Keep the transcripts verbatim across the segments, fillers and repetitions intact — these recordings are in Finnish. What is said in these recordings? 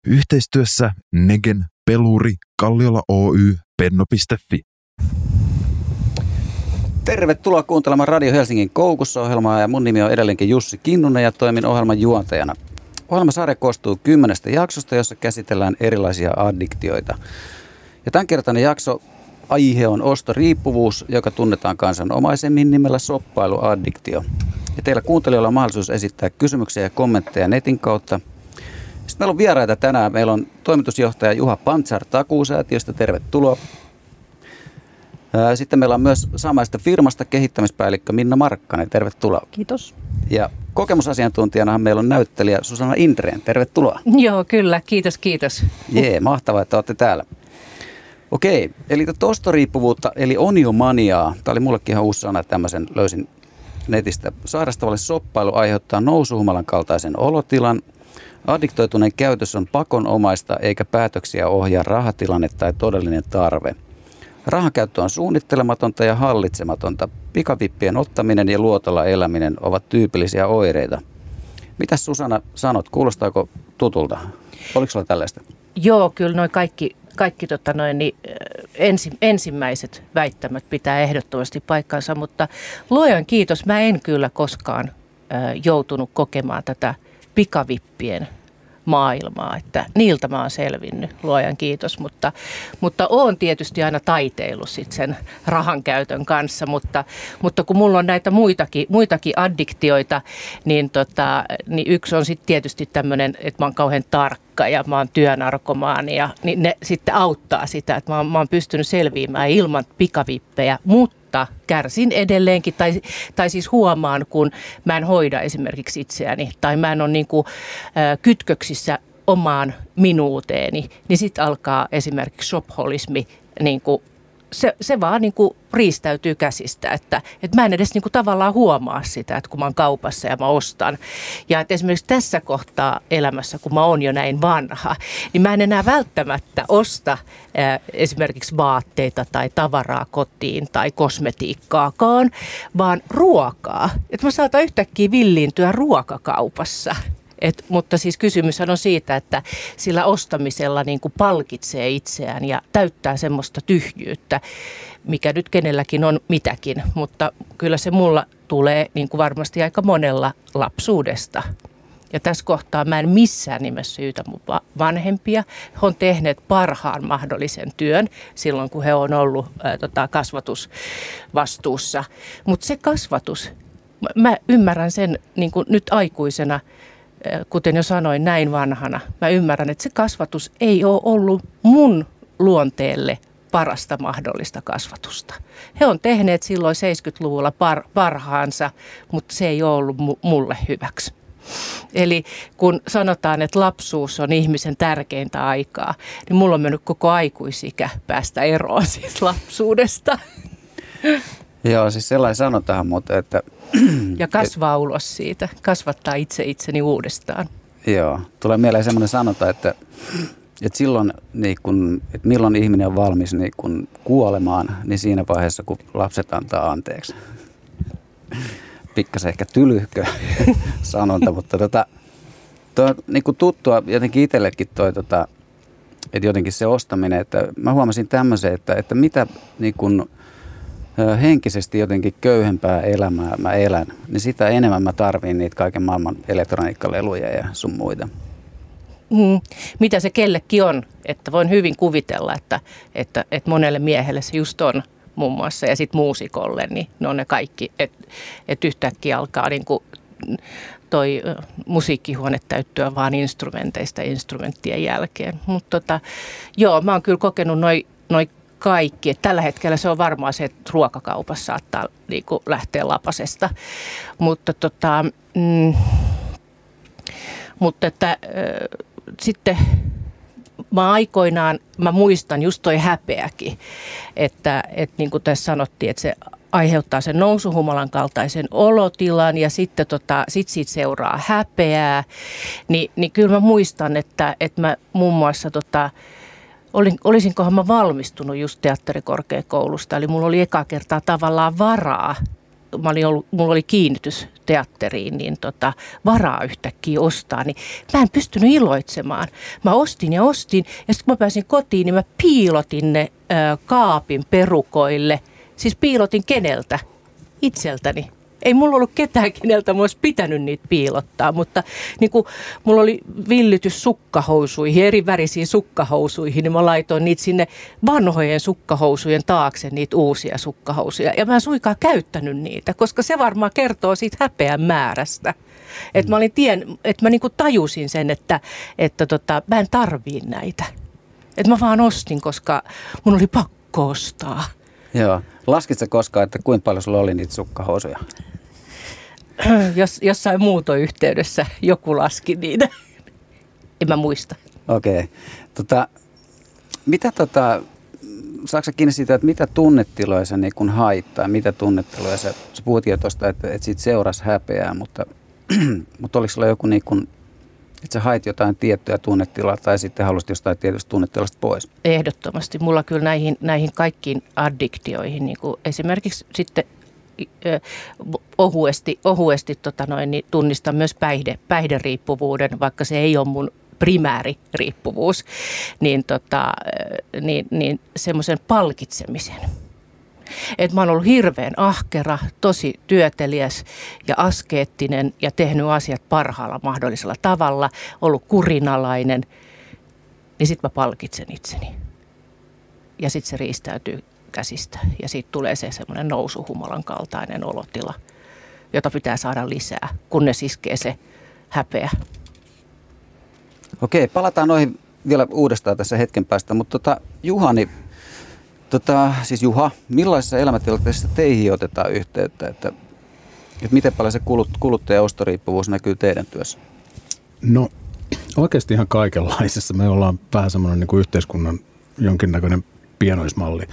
Yhteistyössä Negen, Peluri, Kalliola Oy, Penno piste fi. Tervetuloa kuuntelemaan Radio Helsingin Koukussa-ohjelmaa ja mun nimi on edelleenkin Jussi Kinnunen ja toimin ohjelman juontajana. Ohjelmasarja koostuu kymmenestä jaksosta, jossa käsitellään erilaisia addiktioita. Ja tämänkertainen jakso aihe on ostoriippuvuus, joka tunnetaan kansanomaisemmin nimellä shoppailuaddiktio. Ja teillä kuuntelijoilla on mahdollisuus esittää kysymyksiä ja kommentteja netin kautta. Sitten meillä on vieraita tänään. Meillä on toimitusjohtaja Juha Pantsar Takuusäätiöstä. Tervetuloa. Sitten meillä on myös samaista firmasta kehittämispäällikkö Minna Markkanen. Tervetuloa. Kiitos. Ja kokemusasiantuntijanahan meillä on näyttelijä Susanna Indreen. Tervetuloa. Joo, kyllä. Kiitos, kiitos. Jee, mahtavaa, että olette täällä. Okei, eli tätä ostoriippuvuutta, eli oniomaniaa. Tämä oli mullekin ihan uusi sana, tämmöisen löysin netistä. Sairastavalle shoppailu aiheuttaa nousuhumalan kaltaisen olotilan. Addiktoituneen käytös on pakonomaista eikä päätöksiä ohjaa rahatilanne tai todellinen tarve. Rahankäyttö on suunnittelematonta ja hallitsematonta. Pikavippien ottaminen ja luotolla eläminen ovat tyypillisiä oireita. Mitäs Susanna sanot? Kuulostaako tutulta? Oliko sulla tällaista? Joo, kyllä noi kaikki, kaikki tota noin, niin, ensi, ensimmäiset väittämät pitää ehdottomasti paikkansa, mutta luojan kiitos, mä en kyllä koskaan äh, joutunut kokemaan tätä pikavippien maailmaa, että niiltä mä oon selvinnyt, luojan kiitos, mutta, mutta oon tietysti aina taiteillut sit sen rahan käytön kanssa, mutta, mutta kun mulla on näitä muitakin, muitakin addiktioita, niin, tota, niin yksi on sitten tietysti tämmöinen, että mä oon kauhean tarkka ja mä oon työnarkomaani ja niin ne sitten auttaa sitä, että mä oon, mä oon pystynyt selviämään ilman pikavippejä, mutta kärsin edelleenkin, tai, tai siis huomaan, kun mä en hoida esimerkiksi itseäni, tai mä en ole niin kuin, ä, kytköksissä omaan minuuteeni, niin sitten alkaa esimerkiksi shopholismi, niin kuin, se, se vaan niin kuin riistäytyy käsistä, että, että mä en edes niin kuin tavallaan huomaa sitä, että kun mä oon kaupassa ja mä ostan. Ja että esimerkiksi tässä kohtaa elämässä, kun mä oon jo näin vanha, niin mä en enää välttämättä osta ää, esimerkiksi vaatteita tai tavaraa kotiin tai kosmetiikkaakaan, vaan ruokaa. Että mä saatan yhtäkkiä villiintyä ruokakaupassa. Et, mutta siis kysymys on siitä, että sillä ostamisella niin kuin palkitsee itseään ja täyttää semmoista tyhjyyttä, mikä nyt kenelläkin on mitäkin, mutta kyllä se mulla tulee niin kuin varmasti aika monella lapsuudesta. Ja tässä kohtaa mä en missään nimessä syytä mun vanhempia. He on tehneet parhaan mahdollisen työn silloin, kun he on ollut ää, tota, kasvatusvastuussa. Mutta se kasvatus, mä ymmärrän sen niin kuin nyt aikuisena, kuten jo sanoin, näin vanhana. Mä ymmärrän, että se kasvatus ei ole ollut mun luonteelle parasta mahdollista kasvatusta. He on tehneet silloin seitsemänkymmentäluvulla par- parhaansa, mutta se ei ole ollut mulle hyväksi. Eli kun sanotaan, että lapsuus on ihmisen tärkeintä aikaa, niin mulla on mennyt koko aikuisikä päästä eroon siitä lapsuudesta. Joo, siis sellainen sanotaan, mutta että... Ja kasvaa ulos siitä, kasvattaa itse itseni uudestaan. Joo, tulee mieleen semmoinen sanota, että, että silloin, niin kun, että milloin ihminen on valmis niin kun kuolemaan, niin siinä vaiheessa, kun lapset antaa anteeksi. Pikkasen ehkä tylyhkö sanonta, mutta tota, toi on niin kun tuttua jotenkin itsellekin toi, tota, että jotenkin se ostaminen, että mä huomasin tämmöisen, että, että mitä niin kun, henkisesti jotenkin köyhempää elämää mä elän, niin sitä enemmän mä tarviin niitä kaiken maailman elektroniikkaleluja ja sun muita. Mm, mitä se kellekin on, että voin hyvin kuvitella, että, että, että monelle miehelle se just on muun muassa ja sitten muusikolle, niin ne on ne kaikki, että et yhtäkkiä alkaa niin kuin toi musiikkihuone täyttyä vaan instrumenteista instrumenttien jälkeen. Mutta tota, joo, mä oon kyllä kokenut noi, noi kaikki. Et tällä hetkellä se on varmaan se, että ruokakaupassa saattaa niinku lähteä lapasesta. Mutta, tota, mm, mutta että, äh, sitten mä aikoinaan, mä muistan just toi häpeäkin, että et niin kuin tässä sanottiin, että se aiheuttaa sen nousuhumalan kaltaisen olotilan ja sitten tota, sit siitä seuraa häpeää. Ni, niin kyllä mä muistan, että, että mä muun muassa tota, Olin, olisinkohan mä valmistunut just teatterikorkeakoulusta, eli mulla oli eka kertaa tavallaan varaa mä olin ollut, mulla oli kiinnitys teatteriin, niin tota, varaa yhtäkkiä ostaa, niin mä en pystynyt iloitsemaan. Mä ostin ja ostin, ja sitten kun mä pääsin kotiin, niin mä piilotin ne ää, kaapin perukoille. Siis piilotin keneltä? Itseltäni. Ei mulla ollut ketään, keneltä mä olisi pitänyt niitä piilottaa, mutta niin kuin mulla oli villytys sukkahousuihin, eri värisiin sukkahousuihin, niin mä laitoin niitä sinne vanhojen sukkahousujen taakse, niitä uusia sukkahousuja. Ja mä en suinkaan käyttänyt niitä, koska se varmaan kertoo siitä häpeän määrästä. Että mä olin tien, että mä niin kuin tajusin sen, että, että tota, mä en tarvii näitä. Että mä vaan ostin, koska mun oli pakko ostaa. Joo. Laskitko koskaan, että kuinka paljon sulla oli niitä sukkahousuja? Jos, jossain muutoyhteydessä joku laski niitä. En mä muista. Okei. Okay. Tota, mitä tota, saatko sä kiinni siitä, että mitä tunnetiloja sä niin kun haittaa? Mitä tunnetiloja sä, sä puhuttiin tuosta, että, että siitä seurasi häpeää, mutta, mutta oliko sulla joku niin kun, että sä hait jotain tiettyä tunnetilaa tai sitten halusit jostain tietystä tunnetilasta pois? Ehdottomasti. Mulla kyllä näihin, näihin kaikkiin addiktioihin, niin kuin esimerkiksi sitten ohuesti, ohuesti tota noin, niin tunnistan myös päihde, päihderiippuvuuden, vaikka se ei ole mun primääririippuvuus, niin, tota, niin, niin semmoisen palkitsemisen. Et mä oon ollut hirveän ahkera, tosi työteliäs ja askeettinen ja tehnyt asiat parhaalla mahdollisella tavalla, ollut kurinalainen, niin sit mä palkitsen itseni. Ja sit se riistäytyy käsistä ja siitä tulee se semmoinen nousuhumalan kaltainen olotila, jota pitää saada lisää, kunnes iskee se häpeä. Okei, palataan noihin vielä uudestaan tässä hetken päästä, mutta tota, Juhani, tota, siis Juha, millaisessa elämäntilanteessa teihin otetaan yhteyttä, että, että miten paljon se kulut, kuluttaja- ostoriippuvuus näkyy teidän työssä? No oikeasti ihan kaikenlaisessa. Me ollaan vähän semmoinen niin kuin yhteiskunnan jonkinnäköinen pienoismalli.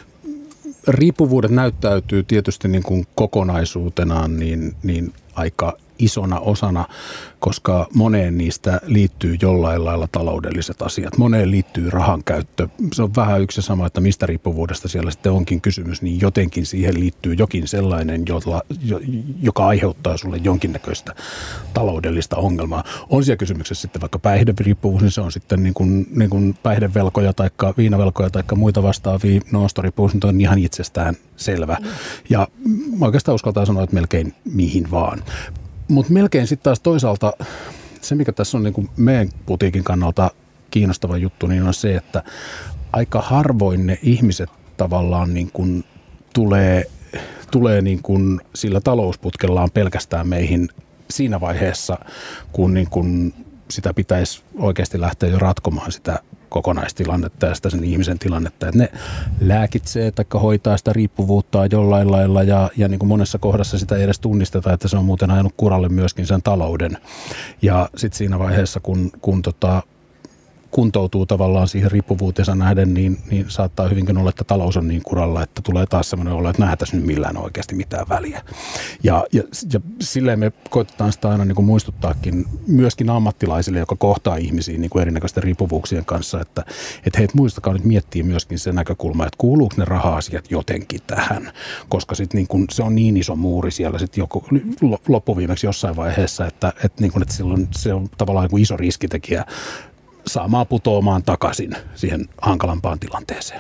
Riippuvuudet näyttäytyy tietysti niin kuin kokonaisuutenaan niin, niin aika isona osana, koska moneen niistä liittyy jollain lailla taloudelliset asiat. Moneen liittyy rahan käyttö. Se on vähän yksi sama, että mistä riippuvuudesta siellä sitten onkin kysymys, niin jotenkin siihen liittyy jokin sellainen, jolla, joka aiheuttaa sulle jonkinnäköistä taloudellista ongelmaa. On siellä kysymyksessä sitten vaikka päihderiippuvuus, niin se on sitten niin kuin, niin kuin päihdevelkoja tai viinavelkoja tai muita vastaavia. No, ostoriippuvuus on ihan itsestään selvä. Ja oikeastaan uskaltaa sanoa, että melkein mihin vaan. Mutta melkein sitten taas toisaalta se, mikä tässä on niin kuin meidän putiikin kannalta kiinnostava juttu, niin on se, että aika harvoin ne ihmiset tavallaan niin kuin tulee, tulee niin kuin sillä talousputkellaan pelkästään meihin siinä vaiheessa, kun niin kuin sitä pitäisi oikeasti lähteä jo ratkomaan sitä kokonaistilannetta ja sitä sen ihmisen tilannetta, että ne lääkitsee tai hoitaa sitä riippuvuutta jollain lailla ja, ja niin kuin monessa kohdassa sitä ei edes tunnisteta, että se on muuten ajanut kuralle myöskin sen talouden. Ja sitten siinä vaiheessa, kun, kun tota, kuntoutuu tavallaan siihen riippuvuutensa nähden, niin, niin saattaa hyvinkin olla, että talous on niin kuralla, että tulee taas sellainen olo, että nähdään nyt millään oikeasti mitään väliä. Ja, ja, ja silleen me koitetaan sitä aina niin kuin muistuttaakin myöskin ammattilaisille, joka kohtaa ihmisiä niin kuin erinäköisten riippuvuuksien kanssa, että, että hei, muistakaa nyt miettiä myöskin se näkökulma, että kuuluuko ne raha-asiat jotenkin tähän, koska sit niin kuin se on niin iso muuri siellä sit joku, loppuviimeksi jossain vaiheessa, että, että, niin kuin, että silloin se on tavallaan niin kuin iso riskitekijä saamaan putoamaan takaisin siihen hankalampaan tilanteeseen.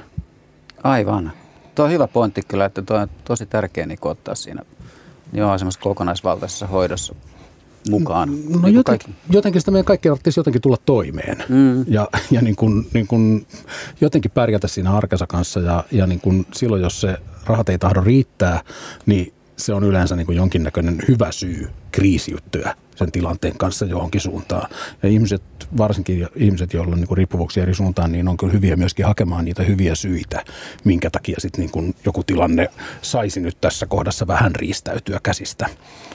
Aivan. Tuo on hyvä pointti kyllä, että tuo on tosi tärkeä niin ottaa siinä joo, semmoisessa kokonaisvaltaisessa hoidossa mukaan. No niin jotenkin, jotenkin sitä meidän kaikki tarvitsisi jotenkin tulla toimeen mm. ja, ja niin kuin, niin kuin jotenkin pärjätä siinä arkensa kanssa ja, ja niin kuin silloin, jos se rahat ei tahdo riittää, niin se on yleensä niin kuin jonkinnäköinen hyvä syy kriisiyttyä sen tilanteen kanssa johonkin suuntaan. Ja ihmiset, varsinkin ihmiset, joilla on niin kuin riippuvuuksia eri suuntaan, niin on kyllä hyviä myöskin hakemaan niitä hyviä syitä, minkä takia sitten niin kuin joku tilanne saisi nyt tässä kohdassa vähän riistäytyä käsistä.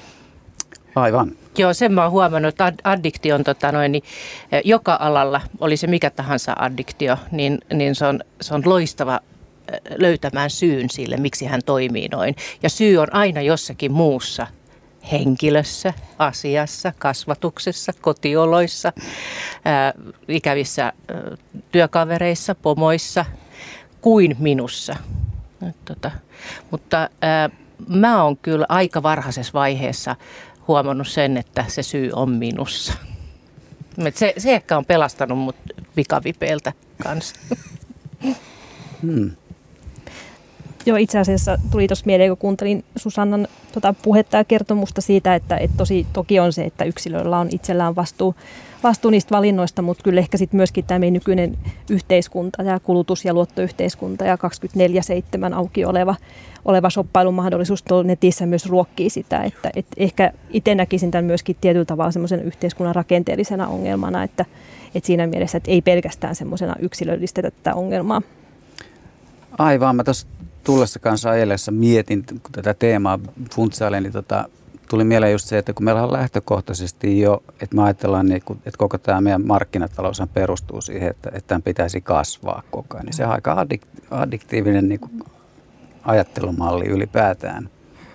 Aivan. Joo, sen mä oon huomannut, että addiktio on tota noin, niin joka alalla, oli se mikä tahansa addiktio, niin, niin se, on, se on loistava löytämään syyn sille, miksi hän toimii noin. Ja syy on aina jossakin muussa. Henkilössä, asiassa, kasvatuksessa, kotioloissa, ää, ikävissä ää, työkavereissa, pomoissa, kuin minussa. Tota, mutta ää, mä oon kyllä aika varhaisessa vaiheessa huomannut sen, että se syy on minussa. Se, se ehkä on pelastanut mut pikavipeiltä kanssa. Hmm. Joo, itse asiassa tuli tuossa mieleen, kun kuuntelin Susannan tota, puhetta ja kertomusta siitä, että et tosi, toki on se, että yksilöillä on itsellään vastuu, vastuu niistä valinnoista, mutta kyllä ehkä sitten myöskin tämä meidän nykyinen yhteiskunta ja kulutus- ja luottoyhteiskunta ja kaksikymmentäneljä seitsemän auki oleva, oleva shoppailun mahdollisuus tuolla netissä myös ruokkii sitä, että et ehkä itse näkisin tämän myöskin tietyllä tavalla semmoisen yhteiskunnan rakenteellisena ongelmana, että et siinä mielessä, että ei pelkästään semmoisena yksilöllistetä tätä ongelmaa. Aivan, mä tuossa tullessa kanssa edessä mietin, kun tätä teemaa funtsailen, niin tota, tuli mieleen just se, että kun meillä on lähtökohtaisesti jo, että me ajatellaan, niin, että koko tämä meidän markkinatalous perustuu siihen, että, että tämän pitäisi kasvaa koko ajan, niin se on aika addiktiivinen niin kuin ajattelumalli ylipäätään.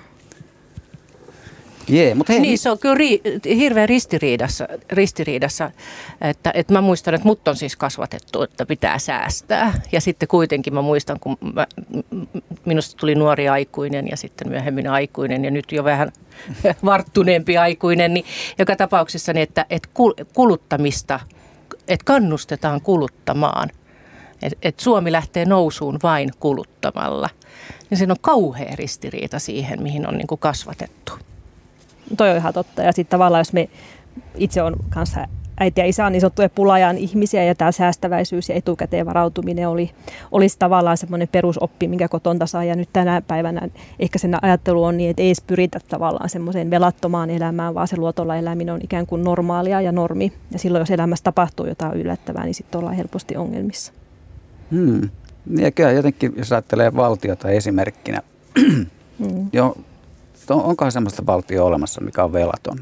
Jee, mutta hei, niin, se on kyllä ri, hirveän ristiriidassa, ristiriidassa että, että mä muistan, että mut on siis kasvatettu, että pitää säästää. Ja sitten kuitenkin mä muistan, kun mä, minusta tuli nuori aikuinen ja sitten myöhemmin aikuinen ja nyt jo vähän varttuneempi aikuinen, niin joka tapauksessa, niin että, että kuluttamista, että kannustetaan kuluttamaan. Että et Suomi lähtee nousuun vain kuluttamalla. Ja siinä on kauhea ristiriita siihen, mihin on niin kuin kasvatettu. Toi on ihan totta. Ja sitten tavallaan, jos me itse on kanssa äiti ja isä on niin sanottuja pulajan ihmisiä ja tämä säästäväisyys ja etukäteen varautuminen oli, olisi tavallaan semmoinen perusoppi, minkä kotonta saa. Ja nyt tänä päivänä ehkä sen ajattelu on niin, että ei edes pyritä tavallaan semmoiseen velattomaan elämään, vaan se luotolla eläminen on ikään kuin normaalia ja normi. Ja silloin, jos elämässä tapahtuu jotain yllättävää, niin sitten ollaan helposti ongelmissa. Hmm. Ja kyllä jotenkin, jos ajattelee valtiota esimerkkinä, hmm. jo, onkohan semmoista valtioa olemassa, mikä on velaton?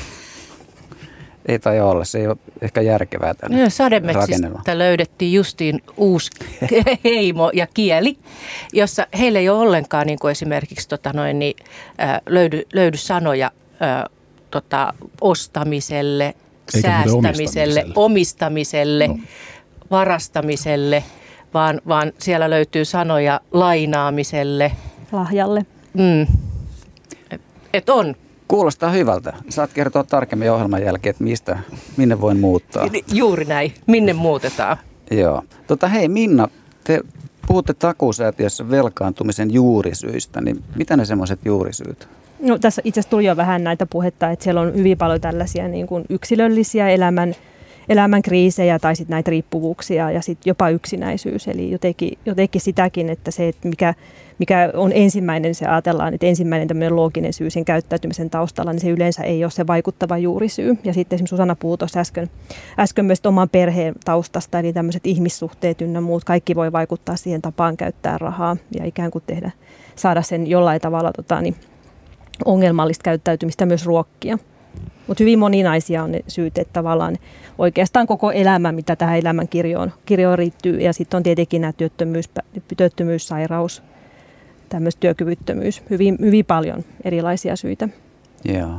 Ei tai olla, se ei ole ehkä järkevää tänne. No, sademetsistä löydettiin justiin uusi heimo ja kieli, jossa heillä ei ole ollenkaan niin kuin esimerkiksi tota noin, niin, ä, löydy, löydy sanoja ä, tota, ostamiselle, eikä säästämiselle, omistamiselle, omistamiselle no. varastamiselle, vaan, vaan siellä löytyy sanoja lainaamiselle. Lahjalle. Mm. Et, et on. Kuulostaa hyvältä. Saat kertoa tarkemmin ohjelman jälkeen, että mistä, minne voin muuttaa. Juuri näin. Minne muutetaan? Joo. Tota, hei Minna, te puhutte takuusäätiössä velkaantumisen juurisyistä, niin mitä ne semmoiset juurisyyt? No, tässä itse asiassa tuli jo vähän näitä puhetta, että siellä on hyvin paljon tällaisia niin kuin yksilöllisiä elämän, elämän kriisejä tai sitten näitä riippuvuuksia ja sitten jopa yksinäisyys. Eli jotenkin, jotenkin sitäkin, että se, että mikä, mikä on ensimmäinen, se ajatellaan, että ensimmäinen tämmöinen looginen syy sen käyttäytymisen taustalla, niin se yleensä ei ole se vaikuttava juurisyy. Ja sitten esimerkiksi Susanna puhui tuossa äsken, äsken myös oman perheen taustasta, eli tämmöiset ihmissuhteet ynnä muut, kaikki voi vaikuttaa siihen tapaan käyttää rahaa ja ikään kuin tehdä, saada sen jollain tavalla tota, niin, ongelmallista käyttäytymistä myös ruokkia. Mutta hyvin moninaisia on ne syyt, että tavallaan oikeastaan koko elämä, mitä tähän elämän kirjoon, kirjoon riittyy. Ja sitten on tietenkin nämä työttömyys, työttömyys, sairaus, tämmöistä työkyvyttömyys. Hyvin, hyvin paljon erilaisia syitä. Joo.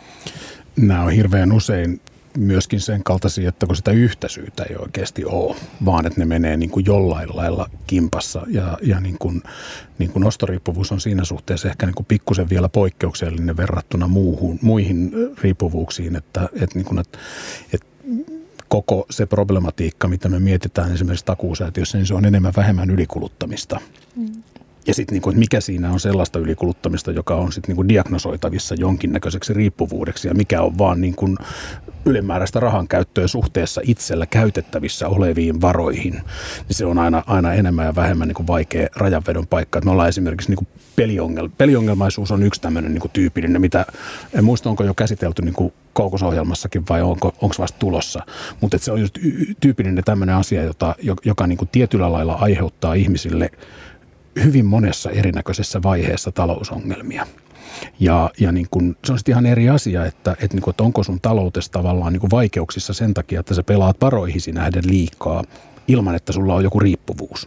Nämä on hirveän usein myöskin sen kaltaisia, että kun sitä yhtä syytä ei oikeasti ole, vaan että ne menee niin kuin jollain lailla kimpassa. Ja, ja niin kuin, niin kuin ostoriippuvuus on siinä suhteessa ehkä niin kuin pikkusen vielä poikkeuksellinen verrattuna muuhun, muihin riippuvuuksiin, että, että, niin kuin, että, että koko se problematiikka, mitä me mietitään esimerkiksi takuusäätiössä, niin se on enemmän vähemmän ylikuluttamista. Mm. Ja sitten niinku, mikä siinä on sellaista ylikuluttamista, joka on sitten niinku diagnosoitavissa jonkinnäköiseksi riippuvuudeksi ja mikä on vaan niinku ylimääräistä rahan käyttöä suhteessa itsellä käytettävissä oleviin varoihin, niin se on aina, aina enemmän ja vähemmän niinku vaikea rajanvedon paikka. Et me ollaan esimerkiksi niinku peliongelma. Peliongelmaisuus on yksi tämmöinen niinku tyypillinen, mitä en muista, onko jo käsitelty niinku Koukosohjelmassakin vai onko onko vasta tulossa, mutta se on just tyypillinen tämmöinen asia, jota, joka niinku tietyllä lailla aiheuttaa ihmisille hyvin monessa erinäköisessä vaiheessa talousongelmia. Ja, ja niin kun, se on sitten ihan eri asia, että, että, niin kun, että onko sun taloutessa tavallaan niin kun vaikeuksissa sen takia, että sä pelaat varoihisi nähden liikaa ilman, että sulla on joku riippuvuus.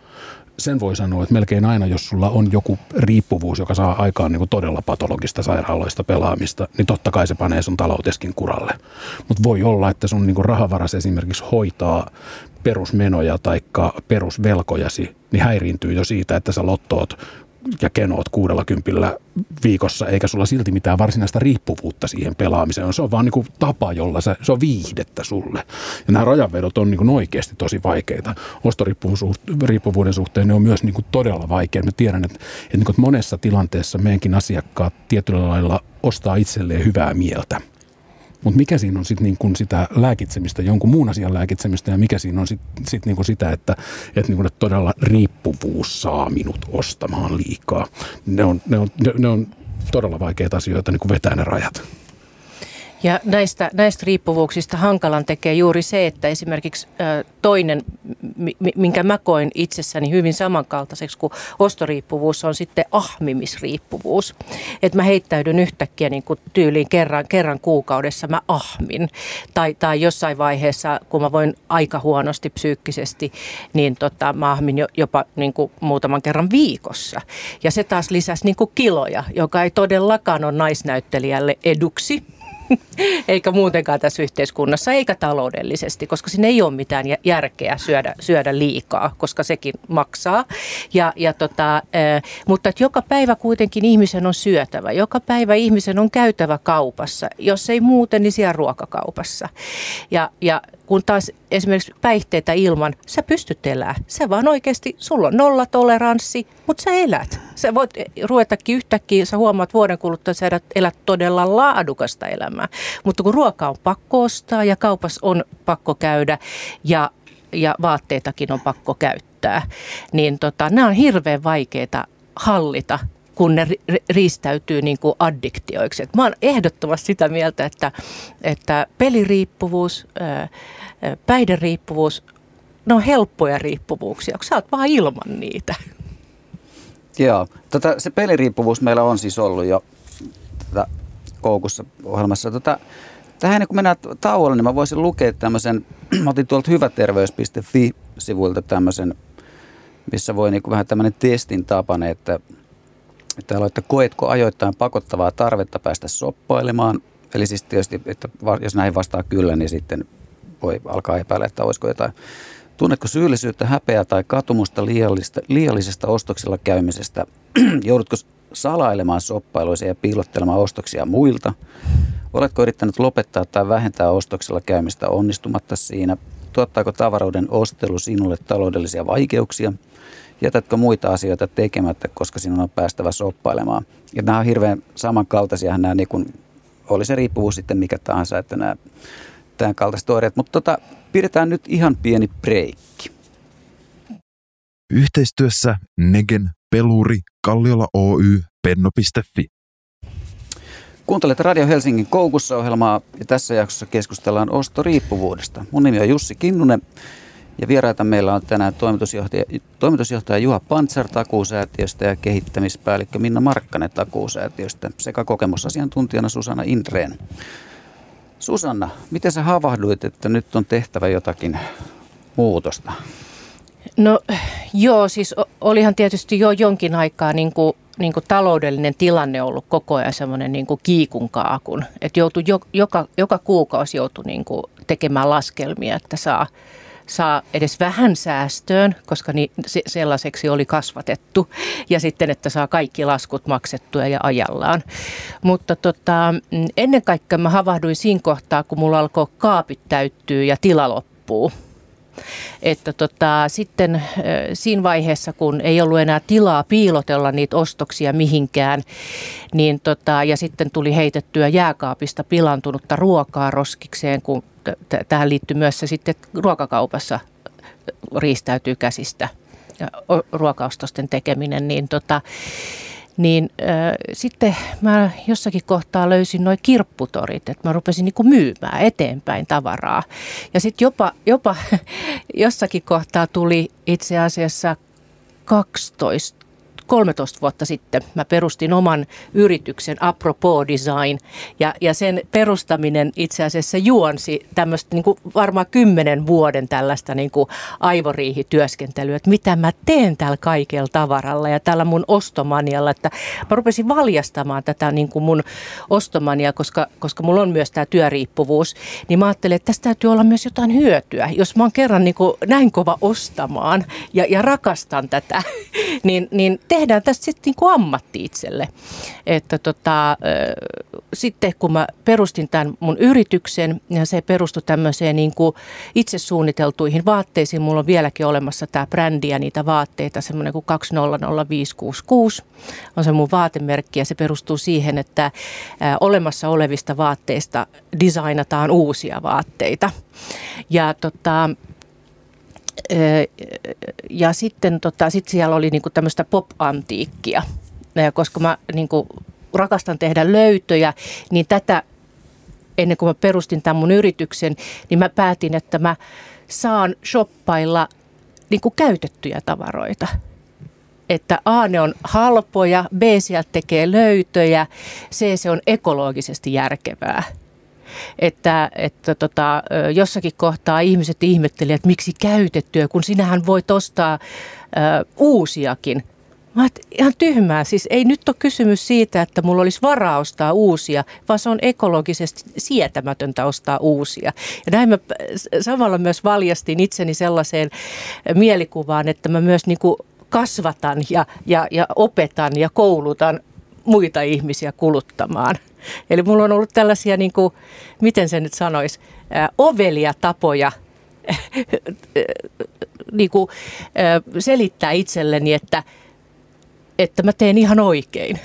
Sen voi sanoa, että melkein aina, jos sulla on joku riippuvuus, joka saa aikaan niin kuin todella patologista sairaaloista pelaamista, niin totta kai se panee sun talouteskin kuralle. Mutta voi olla, että sun niin kuin rahavaras esimerkiksi hoitaa perusmenoja tai perusvelkojasi, niin häiriintyy jo siitä, että sä lottoot ja kenoot kuudella kympillä viikossa, eikä sulla silti mitään varsinaista riippuvuutta siihen pelaamiseen. Se on vaan niin kuin tapa, jolla se, se on viihdettä sulle. Ja nämä rajanvedot on niin kuin oikeasti tosi vaikeita. Ostoriippuvuuden suhteen ne on myös niin kuin todella vaikeita. Mä tiedän, että, että, niin kuin, että monessa tilanteessa meidänkin asiakkaat tietyllä lailla ostaa itselleen hyvää mieltä. Mutta mikä siinä on sitten niinku sitä lääkitsemistä, jonkun muun asian lääkitsemistä, ja mikä siinä on sitten sit niinku sitä, että et niinku todella riippuvuus saa minut ostamaan liikaa. Ne on, ne on, ne, ne on todella vaikeita asioita niinku vetää ne rajat. Ja näistä, näistä riippuvuuksista hankalan tekee juuri se, että esimerkiksi toinen, minkä mä koin itsessäni hyvin samankaltaiseksi kuin ostoriippuvuus, on sitten ahmimisriippuvuus. Että mä heittäydyn yhtäkkiä niin kuin tyyliin kerran, kerran kuukaudessa mä ahmin. Tai, tai jossain vaiheessa, kun mä voin aika huonosti psyykkisesti, niin tota, mä ahmin jopa niin kuin muutaman kerran viikossa. Ja se taas lisäsi niin kuin kiloja, joka ei todellakaan ole naisnäyttelijälle eduksi. Eikä muutenkaan tässä yhteiskunnassa, eikä taloudellisesti, koska siinä ei ole mitään järkeä syödä, syödä liikaa, koska sekin maksaa. Ja, ja tota, mutta että joka päivä kuitenkin ihmisen on syötävä, joka päivä ihmisen on käytävä kaupassa, jos ei muuten, niin siellä ruokakaupassa. Ja, ja kun taas esimerkiksi päihteitä ilman, sä pystyt elämään. Sä vaan oikeasti, sulla on nollatoleranssi, mutta sä elät. Sä voit ruvetakin yhtäkkiä, sä huomaat vuoden kuluttua, että sä elät todella laadukasta elämää. Mutta kun ruoka on pakko ostaa ja kaupassa on pakko käydä ja, ja vaatteitakin on pakko käyttää, niin tota, nämä on hirveän vaikeita hallita, kun ne riistäytyy niin kuin addiktioiksi. Et mä oon ehdottomasti sitä mieltä, että, että peliriippuvuus, päihderiippuvuus, ne on helppoja riippuvuuksia, kun sä oot vaan ilman niitä. Joo, tota, se peliriippuvuus meillä on siis ollut jo tota, Koukussa ohjelmassa. Tota, tähän ennen kuin mennään tauolle, niin mä voisin lukea tämmöisen, mä otin tuolta hyväterveys piste fi-sivuilta tämmöisen, missä voi niin kuin vähän tämmöinen testin tapane, että täällä on, että koetko ajoittain pakottavaa tarvetta päästä soppailemaan. Eli siis tietysti, että jos näihin vastaa kyllä, niin sitten voi alkaa epäillä, että olisiko jotain. Tunnetko syyllisyyttä, häpeää tai katumusta liiallisesta ostoksilla käymisestä? Joudutko salailemaan soppailuisia ja piilottelemaan ostoksia muilta? Oletko yrittänyt lopettaa tai vähentää ostoksilla käymistä onnistumatta siinä? Tuottaako tavaroiden ostelu sinulle taloudellisia vaikeuksia? Jätätkö muita asioita tekemättä, koska sinun on päästävä soppailemaan? Ja nämä on hirveän samankaltaisia, nämä niin kuin, oli se riippuvuus sitten mikä tahansa, että nämä tämän kaltaiset oireet. Mutta tota, pidetään nyt ihan pieni breikki. Yhteistyössä Negen, Peluri, Kalliola Oy, Penno piste fi. Kuuntelet Radio Helsingin Koukussa -ohjelmaa ja tässä jaksossa keskustellaan ostoriippuvuudesta. Mun nimi on Jussi Kinnunen. Ja vieraita meillä on tänään toimitusjohtaja, toimitusjohtaja Juha Pantsar Takuusäätiöstä ja kehittämispäällikkö Minna Markkanen Takuusäätiöstä sekä kokemusasiantuntijana Susanna Indreen. Susanna, miten sä havahduit, että nyt on tehtävä jotakin muutosta? No joo, siis olihan tietysti jo jonkin aikaa niin kuin, niin kuin taloudellinen tilanne ollut koko ajan semmoinen niin kuin kiikun kaakun. Että joutui, joka, joka kuukausi joutui niin kuin tekemään laskelmia, että saa saa edes vähän säästöön, koska niin, se, sellaiseksi oli kasvatettu, ja sitten, että saa kaikki laskut maksettua ja ajallaan. Mutta tota, ennen kaikkea mä havahduin siinä kohtaa, kun mulla alkoi kaapit täyttyä ja tila loppuu. Että tota, sitten siinä vaiheessa, kun ei ollut enää tilaa piilotella niitä ostoksia mihinkään, niin tota, ja sitten tuli heitettyä jääkaapista pilantunutta ruokaa roskikseen, kun t- tähän liittyy myös se sitten, että ruokakaupassa riistäytyy käsistä ja ruokaostosten tekeminen, niin tota, Niin äh, sitten mä jossakin kohtaa löysin noi kirpputorit, että mä rupesin niinku myymään eteenpäin tavaraa. Ja sitten jopa, jopa jossakin kohtaa tuli itse asiassa kaksitoista, kolmetoista vuotta sitten mä perustin oman yrityksen Apropos Design, ja, ja sen perustaminen itse asiassa juonsi tämmöistä niin kuin varmaan kymmenen vuoden tällaista niin kuin aivoriihityöskentelyä, että mitä mä teen tällä kaikella tavaralla ja tällä mun ostomanialla, että mä rupesin valjastamaan tätä niin kuin mun ostomaniaa, koska, koska mulla on myös tämä työriippuvuus, niin mä ajattelin, että tästä täytyy olla myös jotain hyötyä. Jos mä oon kerran niin kuin näin kova ostamaan ja, ja rakastan tätä, niin, niin tehdään tästä sitten niin kuin ammatti itselle. Että tota, sitten kun mä perustin tämän mun yrityksen ja se perustui tämmöiseen niin kuin itse suunniteltuihin vaatteisiin. Mulla on vieläkin olemassa tämä brändi ja niitä vaatteita, semmoinen kuin kaksi nolla nolla viisi kuusi kuusi on se mun vaatemerkki ja se perustuu siihen, että olemassa olevista vaatteista designataan uusia vaatteita. Ja tota... Ja sitten tota, sit siellä oli niinku tämmöistä pop-antiikkia, ja koska mä niinku rakastan tehdä löytöjä, niin tätä ennen kuin mä perustin tämän mun yrityksen, niin mä päätin, että mä saan shoppailla niinku käytettyjä tavaroita. Että A, ne on halpoja, B, sieltä tekee löytöjä, C, se on ekologisesti järkevää. Että, että tota, jossakin kohtaa ihmiset ihmettelivät, että miksi käytettyä, kun sinähän voit ostaa ö, uusiakin. Mä oon, ihan tyhmää. Siis ei nyt ole kysymys siitä, että mulla olisi varaa ostaa uusia, vaan se on ekologisesti sietämätöntä ostaa uusia. Ja näin mä samalla myös valjastin itseni sellaiseen mielikuvaan, että mä myös niin kuin kasvatan ja, ja, ja opetan ja koulutan muita ihmisiä kuluttamaan. Eli mulla on ollut tällaisia, niin kuin, miten se nyt sanoisi, äh, ovelia tapoja äh, niin kuin, äh, selittää itselleni, että, että mä teen ihan oikein.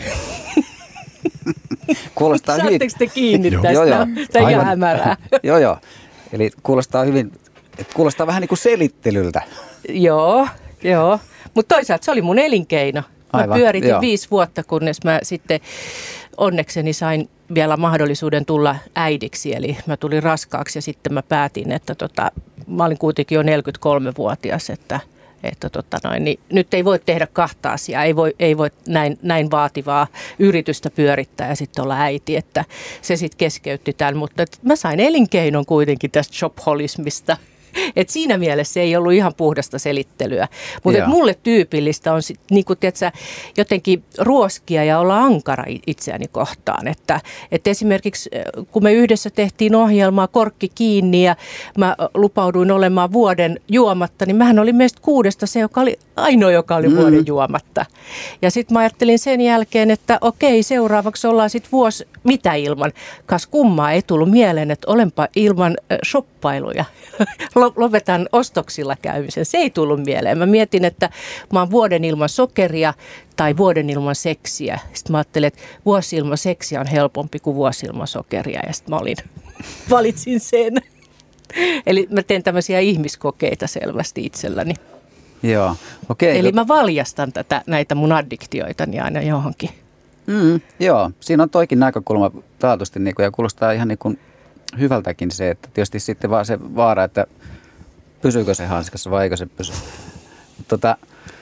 Kuulostaa hyvin. Saatteko te kiinni tästä? Joo, joo. Tämä on ihan hämärää. Joo, joo. Eli kuulostaa hyvin, että kuulostaa vähän niin kuin selittelyltä. Joo, joo. Mutta toisaalta se oli mun elinkeino. Mä Aivan, pyöritin joo. viisi vuotta, kunnes mä sitten onnekseni sain vielä mahdollisuuden tulla äidiksi. Eli mä tulin raskaaksi ja sitten mä päätin, että tota, mä olin kuitenkin jo neljäkymmentäkolmevuotias, että, että tota noin, niin nyt ei voi tehdä kahta asiaa. Ei voi, ei voi näin, näin vaativaa yritystä pyörittää ja sitten olla äiti, että se sitten keskeytti tämän. Mutta mä sain elinkeinon kuitenkin tästä shopholismista. Et siinä mielessä se ei ollut ihan puhdasta selittelyä. Mutta mulle tyypillistä on sit, niin kun, tiedätkö, jotenkin ruoskia ja olla ankara itseäni kohtaan. Että, et esimerkiksi kun me yhdessä tehtiin ohjelmaa Korkki kiinni ja mä lupauduin olemaan vuoden juomatta, niin mähän olin meistä kuudesta se, joka oli ainoa, joka oli mm. vuoden juomatta. Ja sitten mä ajattelin sen jälkeen, että okei, seuraavaksi ollaan sitten vuosi mitä ilman. Kas kummaa ei tullut mieleen, että olenpa ilman äh, shoppailuja. Lopetan ostoksilla käymisen. Se ei tullut mieleen. Mä mietin, että mä oon vuoden ilman sokeria tai vuoden ilman seksiä. Sitten mä ajattelin, että vuosi ilman seksiä on helpompi kuin vuosi ilman sokeria. Ja sitten mä olin, valitsin sen. Eli mä teen tämmöisiä ihmiskokeita selvästi itselläni. Joo, okei. Eli mä valjastan tätä, näitä mun addiktioitani aina johonkin. Mm, joo, siinä on toikin näkökulma taatusti niin kuin, ja kuulostaa ihan niin kuin hyvältäkin se, että tietysti sitten vaan se vaara, että pysyykö se hanskassa vai eikö se pysy. Tota,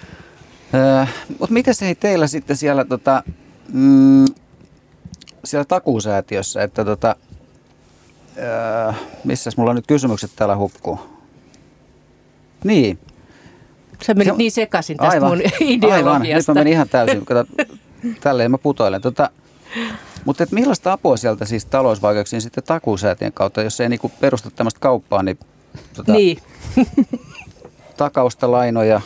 äh, mutta miten se ei teillä sitten siellä, tota, mm, siellä takuusäätiössä, että tota, äh, missäs mulla nyt kysymykset täällä hukkuu? Niin. Sä menit se, niin sekaisin tästä aivan, mun ideologiasta. Aivan, nyt mä menin ihan täysin. Kato, tälleen mä putoilen. Tota, mutta et millaista apua sieltä siis talousvaikeuksiin sitten takuusäätiön kautta, jos ei niinku perusta tämmöistä kauppaa, niin, tota, niin. takausta, lainoja.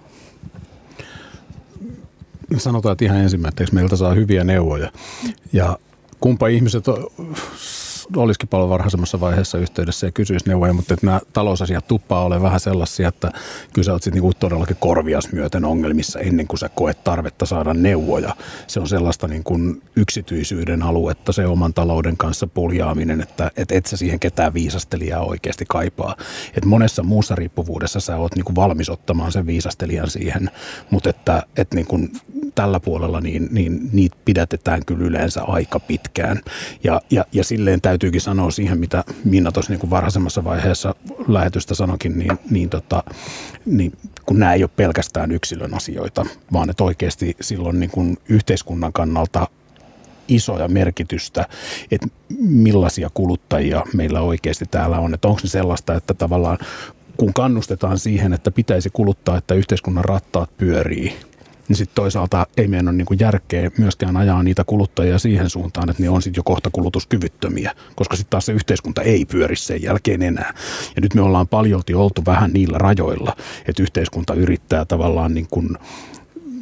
Sanotaan, että ihan ensimmäiseksi meiltä saa hyviä neuvoja. Ja kumpa ihmiset olisikin paljon varhaisemmassa vaiheessa yhteydessä ja kysyisi neuvoja, mutta että nämä talousasiat tuppaa ole vähän sellaisia, että kyllä sä oot sitten niinku todellakin korvias myöten ongelmissa ennen kuin sä koet tarvetta saada neuvoja. Se on sellaista niin kuin yksityisyyden aluetta, se oman talouden kanssa puljaaminen, että et, et sä siihen ketään viisastelijaa oikeasti kaipaa. Et monessa muussa riippuvuudessa sä oot niinku valmis ottamaan sen viisastelijan siihen, mutta että et niinku tällä puolella niin, niin niitä pidätetään kyllä yleensä aika pitkään. Ja, ja, ja silleen täytyykin sanoa siihen, mitä Minna tuossa niin kuin varhaisemmassa vaiheessa lähetystä sanokin, niin, niin, tota, niin kun nämä ei ole pelkästään yksilön asioita, vaan että oikeasti silloin niin kuin yhteiskunnan kannalta isoja merkitystä, että millaisia kuluttajia meillä oikeasti täällä on. Että onko se sellaista, että tavallaan kun kannustetaan siihen, että pitäisi kuluttaa, että yhteiskunnan rattaat pyörii, niin sitten toisaalta ei meidän ole niin kuin järkeä myöskään ajaa niitä kuluttajia siihen suuntaan, että ne on sitten jo kohta kulutuskyvyttömiä, koska sitten taas se yhteiskunta ei pyöri sen jälkeen enää. Ja nyt me ollaan paljolti oltu vähän niillä rajoilla, että yhteiskunta yrittää tavallaan niin kuin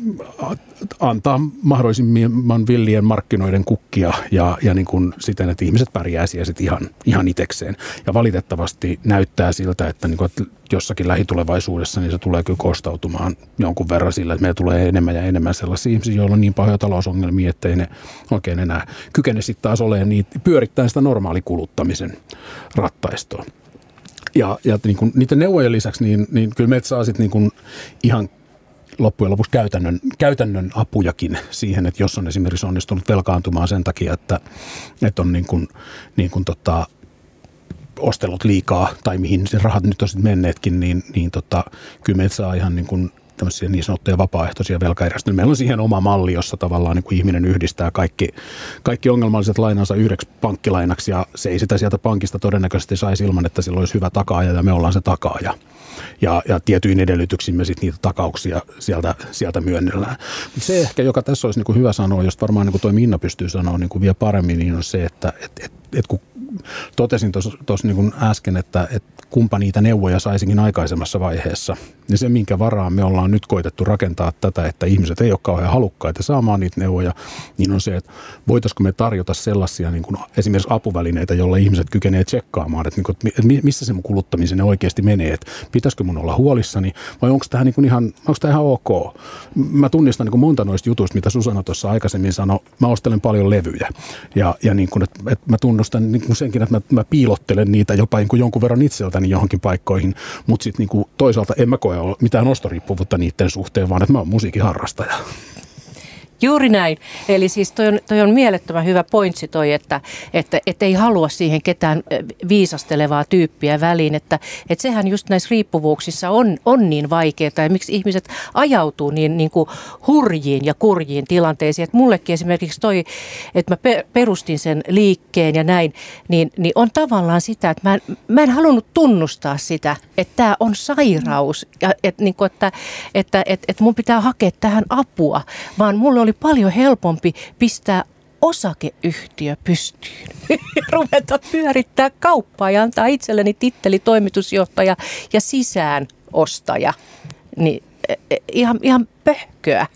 antaa mahdollisimman villien markkinoiden kukkia ja, ja niin kuin siten, että ihmiset pärjää siellä sit ihan, ihan itsekseen. Ja valitettavasti näyttää siltä, että, niin kuin, että jossakin lähitulevaisuudessa niin se tulee kyllä kostautumaan jonkun verran sillä, että meillä tulee enemmän ja enemmän sellaisia ihmisiä, joilla on niin pahoja talousongelmia, ettei ne oikein enää kykene sitten taas olemaan niitä, pyörittämään sitä normaalikuluttamisen rattaistoa. Ja, ja niin kuin niiden neuvojen lisäksi, niin, niin kyllä meiltä saa sitten niin kuin ihan loppujen lopuksi käytännön, käytännön apujakin siihen, että jos on esimerkiksi onnistunut velkaantumaan sen takia, että, että on niin kuin, niin kuin tota, ostellut liikaa tai mihin se rahat nyt on sitten menneetkin, niin, niin tota, kyllä meiltä saa ihan niin kuin tämmöisiä niin sanottuja vapaaehtoisia velkajärjestelyjä. Meillä on siihen oma malli, jossa tavallaan niin kuin ihminen yhdistää kaikki, kaikki ongelmalliset lainansa yhdeksi pankkilainaksi ja se ei sitä sieltä pankista todennäköisesti saisi ilman, että sillä olisi hyvä takaaja ja me ollaan se takaaja. Ja, ja tietyin edellytyksin me sitten niitä takauksia sieltä, sieltä myönnellään. Se ehkä, joka tässä olisi niin kuin hyvä sanoa, josta varmaan niin kuin toi Minna pystyy sanoa niin kuin vielä paremmin, niin on se, että et, et, et kun totesin tuossa niin kuin äsken, että et kumpa niitä neuvoja saisinkin aikaisemmassa vaiheessa, niin se, minkä varaan me ollaan nyt koitettu rakentaa tätä, että ihmiset ei ole kauhean halukkaita saamaan niitä neuvoja, niin on se, että voitaisiko me tarjota sellaisia niin kuin esimerkiksi apuvälineitä, joilla ihmiset kykenee tsekkaamaan, että, niin kuin, että missä se mun kuluttamisen oikeasti menee, että pitäisikö mun olla huolissani vai onko tämä niin kuin ihan, onko tämä ihan ok. Mä tunnistan niin kuin monta noista jutuista, mitä Susanna tuossa aikaisemmin sanoi, mä ostelen paljon levyjä ja, ja niin kuin, että, että mä tunnustan niin kuin senkin, että mä, mä piilottelen niitä jopa niin kuin jonkun verran itseltäni johonkin paikkoihin, mutta sitten niin toisaalta en mä koe ole mitään ostoriippuvuutta niiden suhteen, vaan että mä oon musiikin harrastaja. Juuri näin. Eli siis toi on, toi on mielettömän hyvä pointsi toi, että, että, että ei halua siihen ketään viisastelevaa tyyppiä väliin. Että, että sehän just näissä riippuvuuksissa on, on niin vaikeaa ja miksi ihmiset ajautuu niin, niin kuin hurjiin ja kurjiin tilanteisiin. Että mullekin esimerkiksi toi, että mä perustin sen liikkeen ja näin, niin, niin on tavallaan sitä, että mä en, mä en halunnut tunnustaa sitä, että tämä on sairaus ja että, niin kuin, että, että, että, että mun pitää hakea tähän apua, vaan mulle oli paljon helpompi pistää osakeyhtiö pystyyn ja ruveta pyörittää kauppaa ja antaa itselleni titteli toimitusjohtaja ja sisäänostaja. Niin ihan, ihan pöhköä.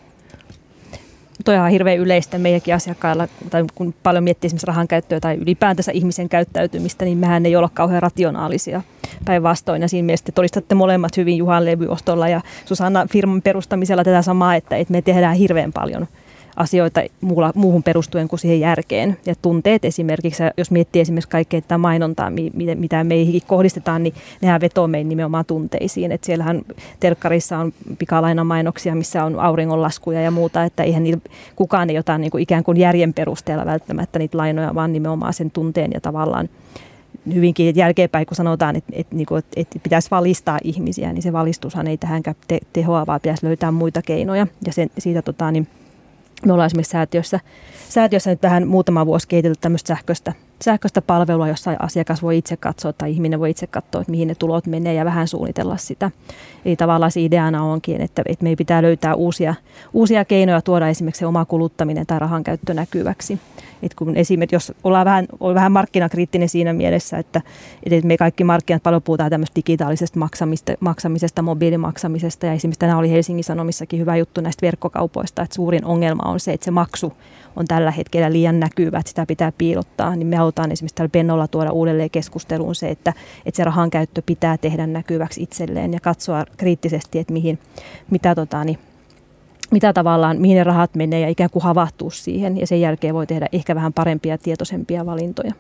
Toi on hirveän yleistä meidänkin asiakkailla, tai kun paljon miettii esimerkiksi rahan käyttöä tai ylipäätänsä ihmisen käyttäytymistä, niin mehän ei olla kauhean rationaalisia päinvastoin. Ja siinä mielessä todistatte molemmat hyvin Juhan levyostolla ja Susanna firman perustamisella tätä samaa, että, että me tehdään hirveän paljon asioita muuhun perustuen kuin siihen järkeen. Ja tunteet esimerkiksi, jos miettii esimerkiksi kaikkea tätä mainontaa, mitä meihin kohdistetaan, niin nehän vetoo meihin nimenomaan tunteisiin. Että siellähän telkkarissa on pikalainamainoksia, missä on auringonlaskuja ja muuta, että eihän niillä, kukaan ei ota niin kuin ikään kuin järjen perusteella välttämättä niitä lainoja, vaan nimenomaan sen tunteen ja tavallaan hyvinkin jälkeenpäin, kun sanotaan, että, että, että, että pitäisi valistaa ihmisiä, niin se valistushan ei tähänkään te- tehoa, vaan pitäisi löytää muita keinoja. Ja sen, siitä tota, niin me ollaan esimerkiksi säätiössä, säätiössä nyt vähän muutama vuosi kehitelty tämmöistä sähköistä, sähköistä palvelua, jossa asiakas voi itse katsoa tai ihminen voi itse katsoa, että mihin ne tulot menee ja vähän suunnitella sitä. Eli tavallaan se ideana onkin, että, että meidän pitää löytää uusia, uusia keinoja tuoda esimerkiksi se oma kuluttaminen tai rahan käyttö näkyväksi. Et kun esimerkiksi jos ollaan vähän, on vähän markkinakriittinen siinä mielessä, että, että me kaikki markkinat paljon puhutaan tämmöistä digitaalisesta maksamisesta, maksamisesta, mobiilimaksamisesta ja esimerkiksi tänään oli Helsingin Sanomissakin hyvä juttu näistä verkkokaupoista, että suurin ongelma on se, että se maksu on tällä hetkellä liian näkyvä, että sitä pitää piilottaa, niin me halutaan esimerkiksi tällä Pennolla tuoda uudelleen keskusteluun se, että, että se rahan käyttö pitää tehdä näkyväksi itselleen ja katsoa kriittisesti, että mihin, mitä tota, niin, mitä tavallaan, mihin ne rahat menee ja ikään kuin havahtua siihen ja sen jälkeen voi tehdä ehkä vähän parempia ja tietoisempia valintoja.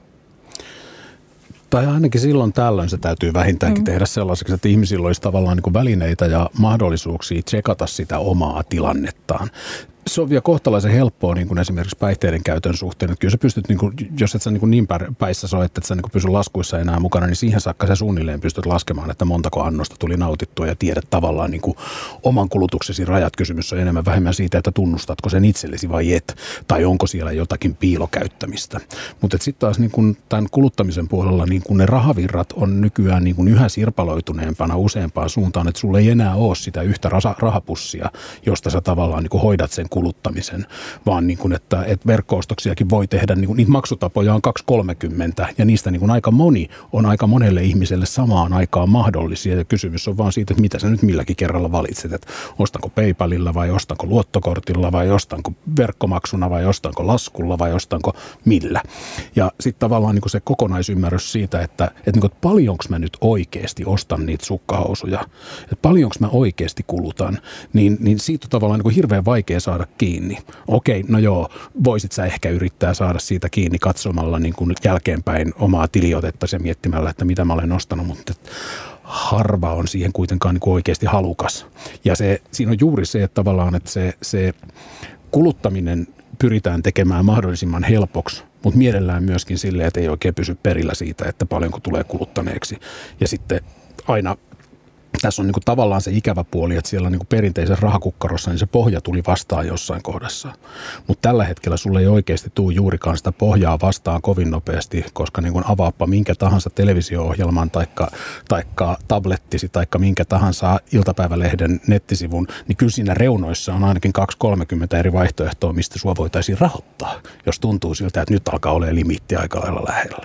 Tai ainakin silloin tällöin se täytyy vähintäänkin mm. tehdä sellaiseksi, että ihmisillä olisi tavallaan niin kuin välineitä ja mahdollisuuksia tsekata sitä omaa tilannettaan. Se on vielä kohtalaisen helppoa niin kuin esimerkiksi päihteiden käytön suhteen. Että kyllä sä pystyt, niin kuin, jos et sä niin, kuin niin päissä sä että et sä niin kuin pysy laskuissa enää mukana, niin siihen saakka sä suunnilleen pystyt laskemaan, että montako annosta tuli nautittua ja tiedät tavallaan niin kuin oman kulutuksesi rajat. Kysymys on enemmän vähemmän siitä, että tunnustatko sen itsellesi vai et, tai onko siellä jotakin piilokäyttämistä. Mutta sitten taas niin kuin tämän kuluttamisen puolella niin kuin ne rahavirrat on nykyään niin kuin yhä sirpaloituneempana useampaan suuntaan, että sulla ei enää ole sitä yhtä rahapussia, josta sä tavallaan niin kuin hoidat sen kuluttamisen, vaan niin kuin, että, että verkko-ostoksiakin voi tehdä, niin kuin, niitä maksutapoja on kaksi kolmekymmentä ja niistä niin kuin aika moni on aika monelle ihmiselle samaan aikaan mahdollisia ja kysymys on vaan siitä, että mitä sä nyt milläkin kerralla valitset, että ostanko PayPalilla vai ostanko luottokortilla vai ostanko verkkomaksuna vai ostanko laskulla vai ostanko millä. Ja sitten tavallaan niin kuin se kokonaisymmärrys siitä, että, että, niin kuin, että paljonko mä nyt oikeasti ostan niitä sukkahousuja, että paljonko mä oikeasti kulutan, niin, niin siitä on tavallaan niin kuin hirveän vaikea saada kiinni. Okei, no joo, voisit sä ehkä yrittää saada siitä kiinni katsomalla niin kuin jälkeenpäin omaa tiliotetta ja miettimällä, että mitä mä olen ostanut, mutta harva on siihen kuitenkaan niin kuin oikeasti halukas. Ja se, siinä on juuri se, että tavallaan että se, se kuluttaminen pyritään tekemään mahdollisimman helpoksi, mutta mielellään myöskin silleen, että ei oikein pysy perillä siitä, että paljonko tulee kuluttaneeksi. Ja sitten aina tässä on niin kuin tavallaan se ikävä puoli, että siellä niin kuin perinteisen rahakukkarossa niin se pohja tuli vastaan jossain kohdassa. Mutta tällä hetkellä sulle ei oikeasti tule juurikaan sitä pohjaa vastaan kovin nopeasti, koska niin kuin avaappa minkä tahansa televisio-ohjelman taikka, taikka tablettisi taikka minkä tahansa iltapäivälehden nettisivun, niin kyllä siinä reunoissa on ainakin kaksi kolmekymmentä eri vaihtoehtoa, mistä sua voitaisiin rahoittaa, jos tuntuu siltä, että nyt alkaa olla limiitti aika lailla lähellä.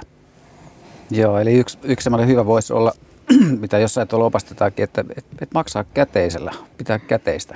Joo, eli yksi, yksi semmoinen hyvä voisi olla, mitä jossain tuolla opastetaankin, että et, et maksaa käteisellä, pitää käteistä.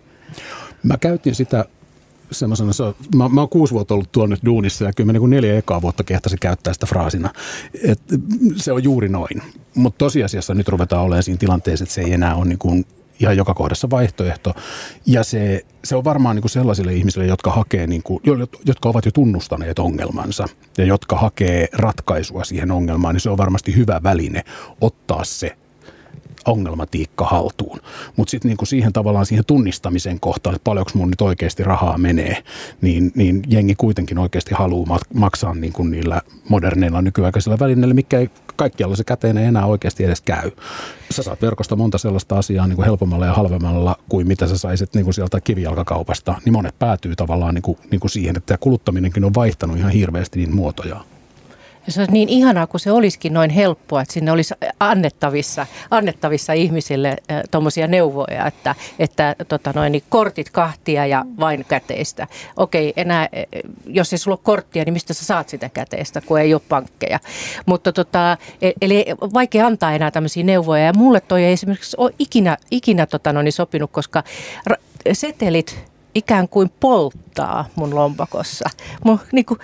Mä käytin sitä semmoisena, mä, mä oon kuusi vuotta ollut tuonne duunissa ja kyllä mä niin kuin neljä ekaa vuotta kehtasin käyttää sitä fraasina. Et se on juuri noin, mutta tosiasiassa nyt ruvetaan olemaan siinä tilanteessa, että se ei enää ole niin kuin ihan joka kohdassa vaihtoehto. Ja se, se on varmaan niin kuin sellaisille ihmisille, jotka, hakee niin kuin, jotka ovat jo tunnustaneet ongelmansa ja jotka hakee ratkaisua siihen ongelmaan, niin se on varmasti hyvä väline ottaa se ongelmatiikka haltuun. Mutta sitten niinku siihen tavallaan siihen tunnistamisen kohtaan, että paljonko mun nyt oikeasti rahaa menee, niin, niin jengi kuitenkin oikeasti haluaa maksaa niinku niillä moderneilla nykyaikaisilla välineillä, mikä ei kaikkialla se käteen ei enää oikeasti edes käy. Sä saat verkosta monta sellaista asiaa niinku helpommalla ja halvemmalla kuin mitä sä saisit niinku sieltä kivijalkakaupasta, niin monet päätyy tavallaan niinku, niinku siihen, että tulottaminenkin on vaihtanut ihan hirveästi niin muotoja. Ja se on niin ihanaa, kun se olisikin noin helppoa, että sinne olisi annettavissa, annettavissa ihmisille äh, tuommoisia neuvoja, että, että tota noin, niin kortit kahtia ja vain käteistä. Okei, enää, jos ei sulla ole korttia, niin mistä sä saat sitä käteistä, kun ei ole pankkeja. Mutta tota, eli vaikea antaa enää tämmöisiä neuvoja. Ja mulle toi ei esimerkiksi ole ikinä, ikinä tota noin, sopinut, koska ra- setelit ikään kuin polttaa mun lompakossa. Mun, niin kuin,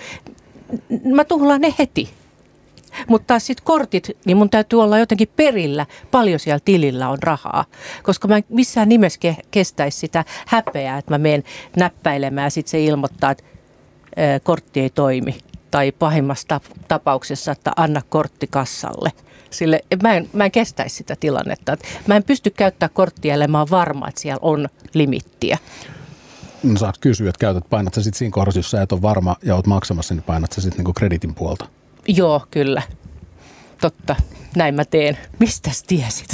mä tuhlaan ne heti. Mutta taas sitten kortit, niin mun täytyy olla jotenkin perillä, paljon siellä tilillä on rahaa. Koska mä en missään nimessä ke- kestäisi sitä häpeää, että mä menen näppäilemään ja sitten se ilmoittaa, että ää, kortti ei toimi. Tai pahimmassa tapauksessa, että anna kortti kassalle. Sille, mä, en, mä en kestäisi sitä tilannetta. Et mä en pysty käyttämään korttia, ellei mä oon varma, että siellä on limittiä. No saat kysyä, että käytät, painat sä sitten siinä kohdassa, jos sä et ole varma ja oot maksamassa, niin painat sä sitten niinku kreditin puolta. Joo, kyllä. Totta. Näin mä teen. Mistäs tiesit?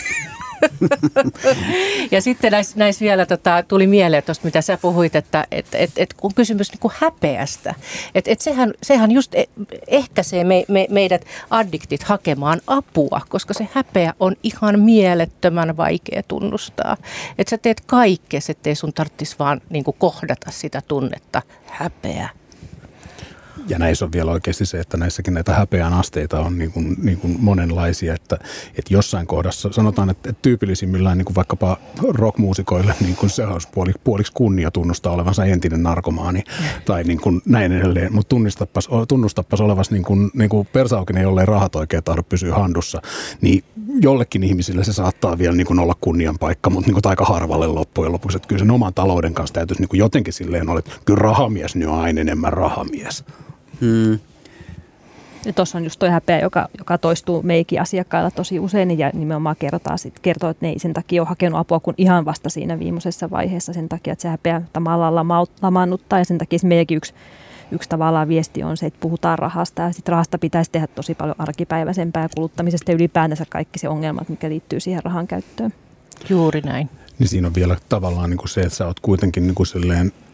Ja sitten näissä näis vielä tota, tuli mieleen tuosta, mitä sä puhuit, että et, et, et, kun kysymys niin kuin häpeästä. Että et sehän, sehän just ehkäisee me, me, meidät addiktit hakemaan apua, koska se häpeä on ihan mielettömän vaikea tunnustaa. Että sä teet kaikkea, ettei sun tarvitsisi vaan niin kuin kohdata sitä tunnetta häpeä. Ja näissä on vielä oikeasti se, että näissäkin näitä häpeän asteita on niin kuin, niin kuin monenlaisia, että, että jossain kohdassa sanotaan, että, että tyypillisimmillään niin kuin vaikkapa rockmuusikoille niin kuin se olisi puoliksi, puoliksi kunnia tunnustaa olevansa entinen narkomaani tai niin kuin näin edelleen, mutta tunnustappas, tunnustappas olevas niin kuin, niin kuin persaukinen, jollei rahat oikein tahdo pysyä handussa, niin jollekin ihmisille se saattaa vielä niin kuin olla kunnian paikka, mutta niin kuin aika harvalle loppujen lopuksi, että kyllä sen oman talouden kanssa täytyisi niin kuin jotenkin silleen olla, että kyllä rahamies nyt on aina enemmän rahamies. Hmm. Ja tuossa on just toi häpeä, joka, joka toistuu meikin asiakkailla tosi usein ja nimenomaan kertaa sit, kertoo, että ne ei sen takia ole hakenut apua kuin ihan vasta siinä viimeisessä vaiheessa sen takia, että se häpeä tavallaan lama, lamaannuttaa ja sen takia meidänkin yksi, yksi tavallaan viesti on se, että puhutaan rahasta ja sitten rahasta pitäisi tehdä tosi paljon arkipäiväisempää ja kuluttamisesta ja ylipäätänsä kaikki se ongelmat, mikä liittyy siihen rahan käyttöön. Juuri näin. Niin siinä on vielä tavallaan niin kuin se, että sä oot kuitenkin niin kuin silleen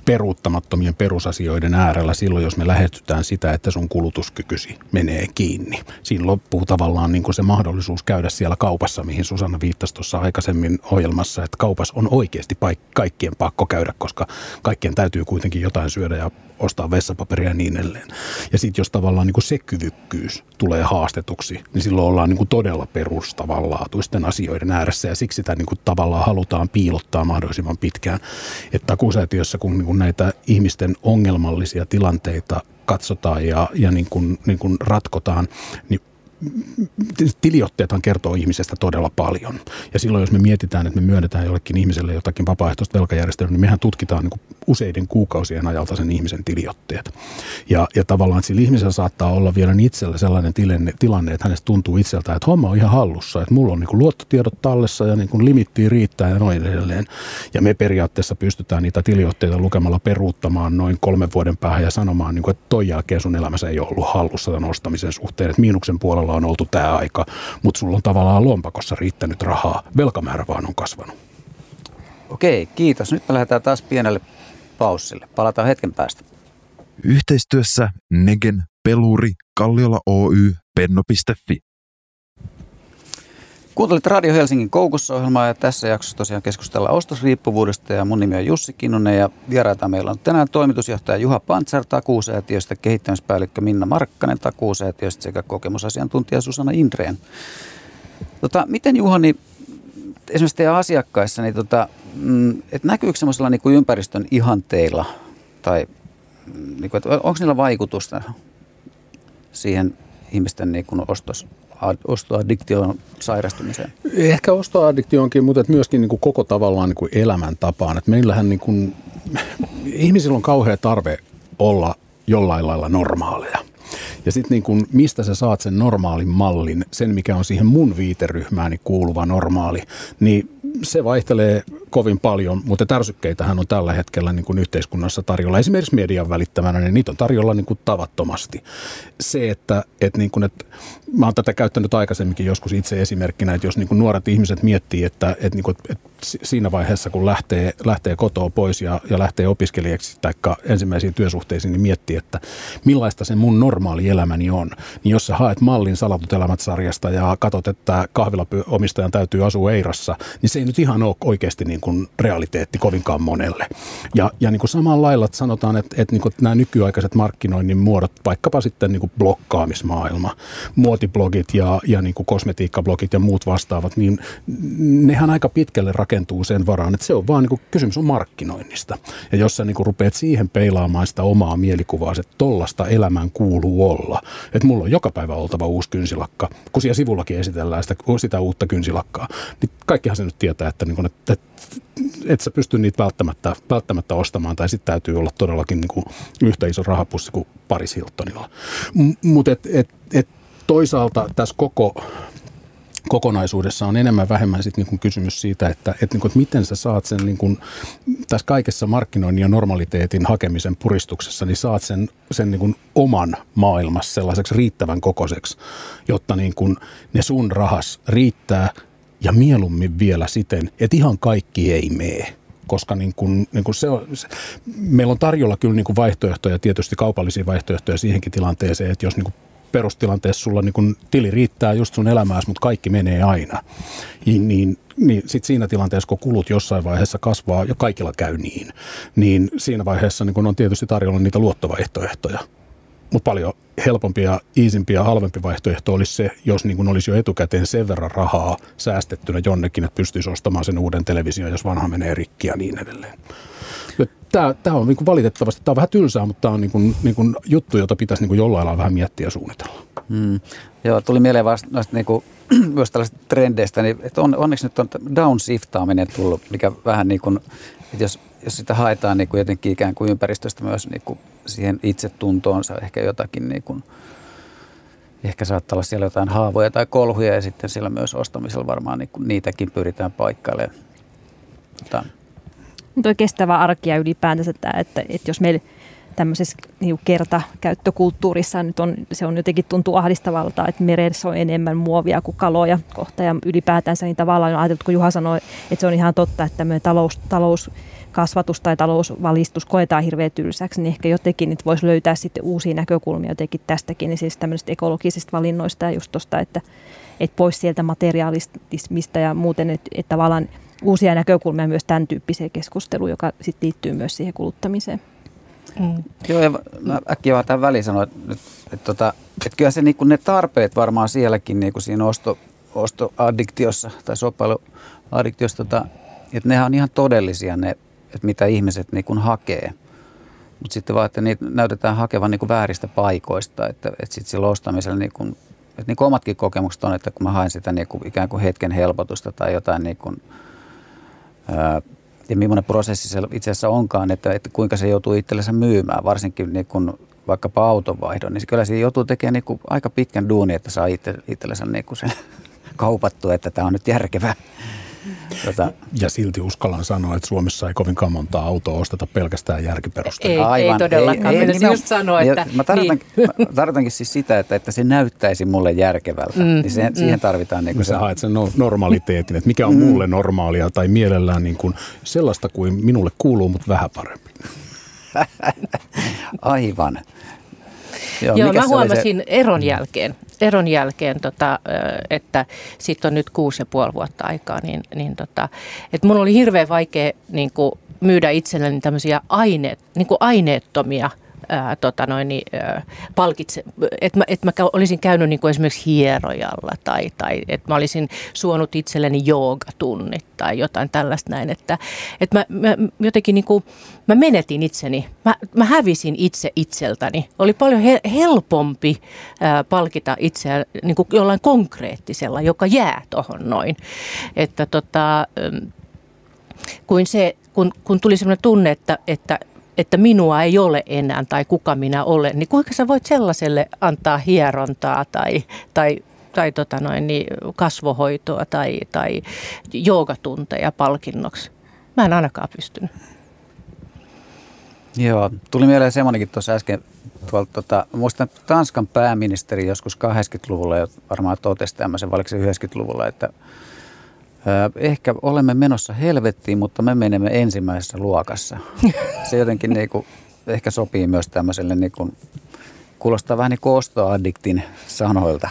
peruuttamattomien perusasioiden äärellä silloin, jos me lähestytään sitä, että sun kulutuskykysi menee kiinni. Siinä loppuu tavallaan niin kuin se mahdollisuus käydä siellä kaupassa, mihin Susanna viittasi tuossa aikaisemmin ohjelmassa, että kaupassa on oikeasti paik- kaikkien pakko käydä, koska kaikkien täytyy kuitenkin jotain syödä ja ostaa vessapaperia ja niin edelleen. Ja sitten jos tavallaan niin kuin se kyvykkyys tulee haastetuksi, niin silloin ollaan niin kuin todella perustavanlaatuisten asioiden ääressä ja siksi sitä niin kuin tavallaan halutaan piilottaa mahdollisimman pitkään. Että takuusäätiössä, kun niin kuin näitä ihmisten ongelmallisia tilanteita katsotaan ja, ja niin kuin, niin kuin ratkotaan, niin tiliotteethan kertoo ihmisestä todella paljon. Ja silloin, jos me mietitään, että me myönnetään jollekin ihmiselle jotakin vapaaehtoista velkajärjestelyä, niin mehän tutkitaan niin kuin useiden kuukausien ajalta sen ihmisen tiliotteet. Ja, ja tavallaan, että sillä ihmisellä saattaa olla vielä itsellä sellainen tilanne, tilanne, että hänestä tuntuu itseltään, että homma on ihan hallussa, että mulla on niin kuin luottotiedot tallessa ja niin kuin limittiä riittää ja noin edelleen. Ja me periaatteessa pystytään niitä tiliotteita lukemalla peruuttamaan noin kolmen vuoden päähän ja sanomaan, niin kuin, että toi jälkeen sun elämässä ei ole ollut hallussa tämän ostamisen suhteen, että miinuksen puolella on oltu tämä aika, mutta sulla on tavallaan lompakossa riittänyt rahaa. Velkamäärä vaan on kasvanut. Okei, kiitos. Nyt me lähdetään taas pienelle paussille. Palataan hetken päästä. Yhteistyössä Negen, Peluri, Kalliola Oy, Penno piste fi. Kuuntelit Radio Helsingin Koukussa-ohjelmaa ja tässä jaksossa tosiaan keskustellaan ostosriippuvuudesta ja mun nimi on Jussi Kinnunen ja vieraita meillä on tänään toimitusjohtaja Juha Pantsar Takuusäätiöstä, kehittämispäällikkö Minna Markkanen Takuusäätiöstä sekä kokemusasiantuntija Susanna Indreen. Tota, miten Juha, niin esimerkiksi teidän asiakkaissa, niin tota, että näkyykö semmoisella niin kuin ympäristön ihanteilla tai niin kuin, että onko niillä vaikutusta siihen ihmisten niin kuin ostos? ostoaddiktion sairastumiseen? Ehkä ostoaddiktionkin, mutta myöskin niin kuin koko tavallaan niin kuin elämäntapaan. Että meillähän niin kuin, ihmisillä on kauhea tarve olla jollain lailla normaaleja. Ja sitten niin kuin, mistä sä saat sen normaalin mallin, sen mikä on siihen mun viiteryhmääni kuuluva normaali, niin se vaihtelee kovin paljon, mutta tärsykkeitähän on tällä hetkellä niin kuin yhteiskunnassa tarjolla. Esimerkiksi median välittämänä, niin niitä on tarjolla niin kuin tavattomasti. Se, että, että, niin kuin, että mä oon tätä käyttänyt aikaisemminkin joskus itse esimerkkinä, että jos niin kuin nuoret ihmiset miettii, että, että, niin kuin, että siinä vaiheessa, kun lähtee, lähtee kotoa pois ja, ja lähtee opiskelijaksi tai ensimmäisiin työsuhteisiin, niin miettii, että millaista se mun normaali elämäni on. Niin jos sä haet mallin Salatut elämät-sarjasta ja katsot, että kahvilaomistajan täytyy asua Eirassa, niin se ei nyt ihan ole oikeasti niin kuin realiteetti kovinkaan monelle. Ja, ja niin kuin samalla lailla sanotaan, että, että, niin kuin nämä nykyaikaiset markkinoinnin muodot, vaikkapa sitten niin kuin blokkaamismaailma, muotiblogit ja, ja niin kuin kosmetiikkablogit ja muut vastaavat, niin nehän aika pitkälle rakentuu sen varaan, että se on vaan niin kuin, kysymys on markkinoinnista. Ja jos sä niin kuin rupeat siihen peilaamaan sitä omaa mielikuvaa, että tollasta elämään kuuluu olla, että mulla on joka päivä oltava uusi kynsilakka, kun siellä sivullakin esitellään sitä, sitä uutta kynsilakkaa, niin kaikkihan se nyt tietää, että, niin kuin, että et, et sä pysty niitä välttämättä, välttämättä ostamaan, tai sitten täytyy olla todellakin niin kuin yhtä iso rahapussi kuin Paris Hiltonilla. M- Mutta et, et, et toisaalta tässä koko kokonaisuudessa on enemmän vähemmän sit niinku kysymys siitä, että et niinku, et miten sä saat sen niinku, tässä kaikessa markkinoinnin ja normaliteetin hakemisen puristuksessa, niin saat sen, sen niinku oman maailmassa sellaiseksi riittävän kokoiseksi, jotta niinku ne sun rahas riittää ja mieluummin vielä siten, että ihan kaikki ei mene. Koska niin kun, niin kun se on, se, meillä on tarjolla kyllä niin kun vaihtoehtoja, tietysti kaupallisia vaihtoehtoja siihenkin tilanteeseen, että jos niin kun perustilanteessa sulla niin kun tili riittää just sun elämääsi, mutta kaikki menee aina, niin, niin, niin sitten siinä tilanteessa, kun kulut jossain vaiheessa kasvaa ja kaikilla käy niin, niin siinä vaiheessa niin kun on tietysti tarjolla niitä luottovaihtoehtoja. Mutta paljon helpompi ja iisimpi ja halvempi vaihtoehto olisi se, jos niin kun olisi jo etukäteen sen verran rahaa säästettynä jonnekin, että pystyisi ostamaan sen uuden television, jos vanha menee rikki ja niin edelleen. Tämä, tämä on niin kuin valitettavasti, tämä on vähän tylsää, mutta tämä on niin kuin, niin kuin juttu, jota pitäisi niin kuin jollain lailla vähän miettiä ja suunnitella. Hmm. Joo, tuli mieleen vasta noista niin kuin, myös tällaisista trendeistä, niin, että on, onneksi nyt on downshiftaaminen tullut, mikä vähän niin kuin, että jos, jos sitä haetaan niin kuin jotenkin ikään kuin ympäristöstä myös niin kuin siihen itsetuntoonsa ehkä jotakin, niin kuin, ehkä saattaa olla siellä jotain haavoja tai kolhuja ja sitten siellä myös ostamisella varmaan niin kuin niitäkin pyritään paikkailemaan. Mutta, tuo kestävä arki ja ylipäätänsä tämä, että, että jos meillä tämmöisessä niin kertakäyttökulttuurissa nyt on, se on jotenkin tuntuu ahdistavalta, että meressä on enemmän muovia kuin kaloja kohta ja ylipäätänsä niin tavallaan on ajateltu, kun Juha sanoi, että se on ihan totta, että tämmöinen talous, talouskasvatus tai talousvalistus koetaan hirveän tylsäksi, niin ehkä jotenkin nyt voisi löytää sitten uusia näkökulmia jotenkin tästäkin, niin siis tämmöisistä ekologisista valinnoista ja just tosta, että, että pois sieltä materialismista ja muuten, että, että tavallaan uusia näkökulmia myös tämän tyyppiseen keskusteluun, joka sitten liittyy myös siihen kuluttamiseen. Mm. Joo, ja mä äkkiä vaan tämän väliin sanoin, että, että, että, että, että kyllä se, niin kuin ne tarpeet varmaan sielläkin niin kuin siinä osto, ostoaddiktiossa tai shoppailuaddictiossa, tota, että nehän on ihan todellisia ne, että mitä ihmiset niin kuin hakee. Mutta sitten vaan, että niitä näytetään hakevan niin kuin vääristä paikoista, että, että sitten sillä ostamisella, niin kuin, että niin kuin omatkin kokemukset on, että kun mä haen sitä niin kuin ikään kuin hetken helpotusta tai jotain niin kuin, ää, ja millainen prosessi se itse asiassa onkaan, että, että kuinka se joutuu itsellensä myymään, varsinkin niin kun vaikkapa autonvaihdon, niin kyllä siinä joutuu tekemään niin kuin aika pitkän duunin, että saa itse, itsellensä niin kuin sen kaupattua, että tämä on nyt järkevää. Tota. Ja silti uskallan sanoa, että Suomessa ei kovinkaan montaa autoa osteta pelkästään järkiperusteella. Ei, Aivan, ei todellakaan. Ei, ei, just sanoa, että... Mä tarkoitan, niin. mä tarkoitankin siis sitä, että, että se näyttäisi mulle järkevältä. Mm, niin se, mm. Siihen tarvitaan... Niin kuin sä haet sen normaliteetin, että mikä on mm. mulle normaalia tai mielellään niin kuin sellaista kuin minulle kuuluu, mutta vähän parempi. Aivan. Joo, Joo mä huomasin se... eron jälkeen, eron jälkeen tota, että siitä on nyt kuusi ja puoli vuotta aikaa, niin, niin tota, että mun oli hirveän vaikea niin kuin myydä itselleni tämmöisiä aineet, niin kuin aineettomia ää, tota noin, ää, palkitse, että mä, et mä olisin käynyt niin kuin esimerkiksi hierojalla tai, tai että mä olisin suonut itselleni joogatunnit tai jotain tällaista näin, että, että mä, mä jotenkin niin kuin, mä menetin itseni, mä, mä hävisin itse itseltäni. Oli paljon he, helpompi ää, palkita itseä niin kuin jollain konkreettisella, joka jää tohon noin, että tota, kuin se, kun, kun tuli sellainen tunne, että, että että minua ei ole enää tai kuka minä olen, niin kuinka sä voit sellaiselle antaa hierontaa tai, tai, tai tota noin, niin kasvohoitoa tai, tai joogatunteja palkinnoksi? Mä en ainakaan pystynyt. Joo, tuli mieleen semmoinenkin tuossa äsken, tuolta, tota, muistan Tanskan pääministeri joskus kahdeksankymmentäluvulla jo varmaan totesi tämmöisen, valiko se yhdeksänkymmentäluvulla, että ehkä olemme menossa helvettiin, mutta me menemme ensimmäisessä luokassa. Se jotenkin niin kuin, ehkä sopii myös tämmöiselle, niin kuin, kuulostaa vähän niin kuin ostoaddiktin sanoilta.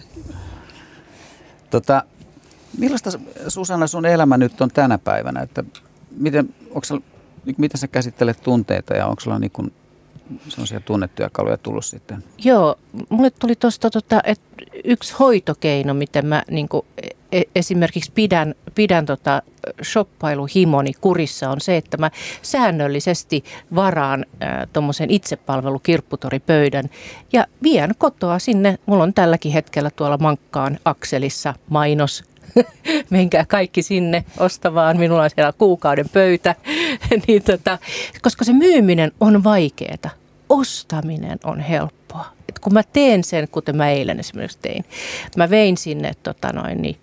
Tota, millaista, Susanna, sun elämä nyt on tänä päivänä? Että miten, onko, miten sä käsittelet tunteita ja onko sulla niin kuin sellaisia tunnetyökaluja tullut sitten? Joo, mulle tuli tuosta, tota, että yksi hoitokeino, miten mä niin kuin esimerkiksi pidän, pidän tota shoppailuhimoni kurissa on se, että mä säännöllisesti varaan tuommoisen itsepalvelukirpputoripöydän ja vien kotoa sinne. Mulla on tälläkin hetkellä tuolla Mankkaan akselissa mainos. Menkää kaikki sinne ostamaan, minulla on siellä kuukauden pöytä. niin tota, koska se myyminen on vaikeaa, ostaminen on helppoa. Et kun mä teen sen, kuten mä eilen esimerkiksi tein, mä vein sinne tota noin, niin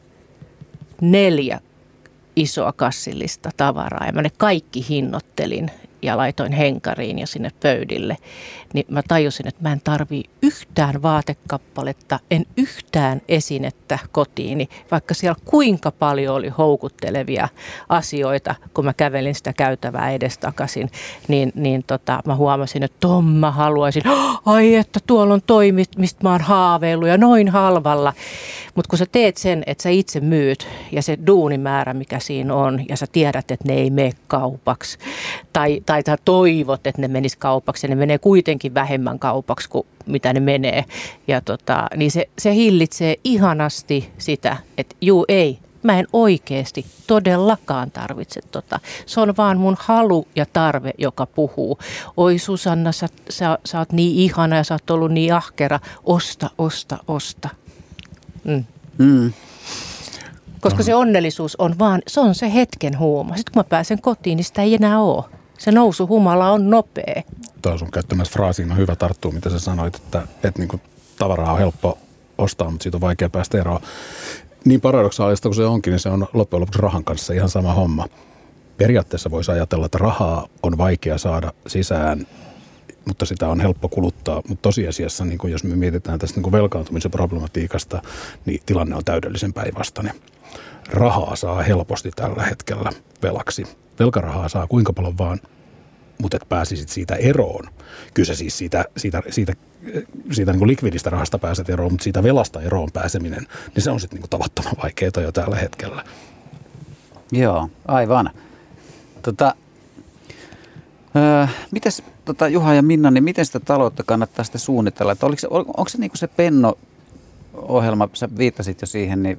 neljä isoa kassillista tavaraa ja mä ne kaikki hinnoittelin ja laitoin henkariin ja sinne pöydille, niin mä tajusin, että mä en tarvii yhtään vaatekappaletta, en yhtään esinettä kotiini, vaikka siellä kuinka paljon oli houkuttelevia asioita, kun mä kävelin sitä käytävää edestakaisin, niin, niin tota, mä huomasin, että tom mä haluaisin, ai että tuolla on toi, mistä mä oon haaveillut ja noin halvalla. Mutta kun sä teet sen, että sä itse myyt ja se duunimäärä, mikä siinä on, ja sä tiedät, että ne ei mene kaupaksi, tai, tai sä toivot, että ne menis kaupaksi, ja ne menee kuitenkin vähemmän kaupaksi kuin mitä ne menee, ja tota, niin se, se hillitsee ihanasti sitä, että juu ei, mä en oikeasti todellakaan tarvitse tota. Se on vaan mun halu ja tarve, joka puhuu. Oi Susanna, sä, sä, sä oot niin ihana ja sä oot ollut niin ahkera, osta, osta, osta. Mm. Mm. Koska se onnellisuus on vaan, se on se hetken huuma. Sitten kun mä pääsen kotiin, niin sitä ei enää ole. Se nousuhumala on nopea. Tuo sun käyttämässä fraasiin on hyvä tarttua, mitä sä sanoit, että, että niin kuin tavaraa on helppo ostaa, mutta siitä on vaikea päästä eroon. Niin paradoksaalista kuin se onkin, niin se on loppujen lopuksi rahan kanssa ihan sama homma. Periaatteessa voisi ajatella, että rahaa on vaikea saada sisään mutta sitä on helppo kuluttaa. Mutta tosiasiassa, niin kun jos me mietitään tästä niin kun velkaantumisen problematiikasta, niin tilanne on täydellisen päinvastainen. Rahaa saa helposti tällä hetkellä velaksi. Velkarahaa saa kuinka paljon vaan, mutta et pääsisit siitä eroon. Kyllä se siis siitä, siitä, siitä, siitä niin kuin likvidistä rahasta pääset eroon, mutta siitä velasta eroon pääseminen, niin se on sitten niin kuin tavattoman vaikeaa jo tällä hetkellä. Joo, aivan. Tota, öö, mites tota Juha ja Minna, niin miten sitä taloutta kannattaa sitten suunnitella? Että oliko se, on, onko se niin kuin se Penno-ohjelma, sä viittasit jo siihen, niin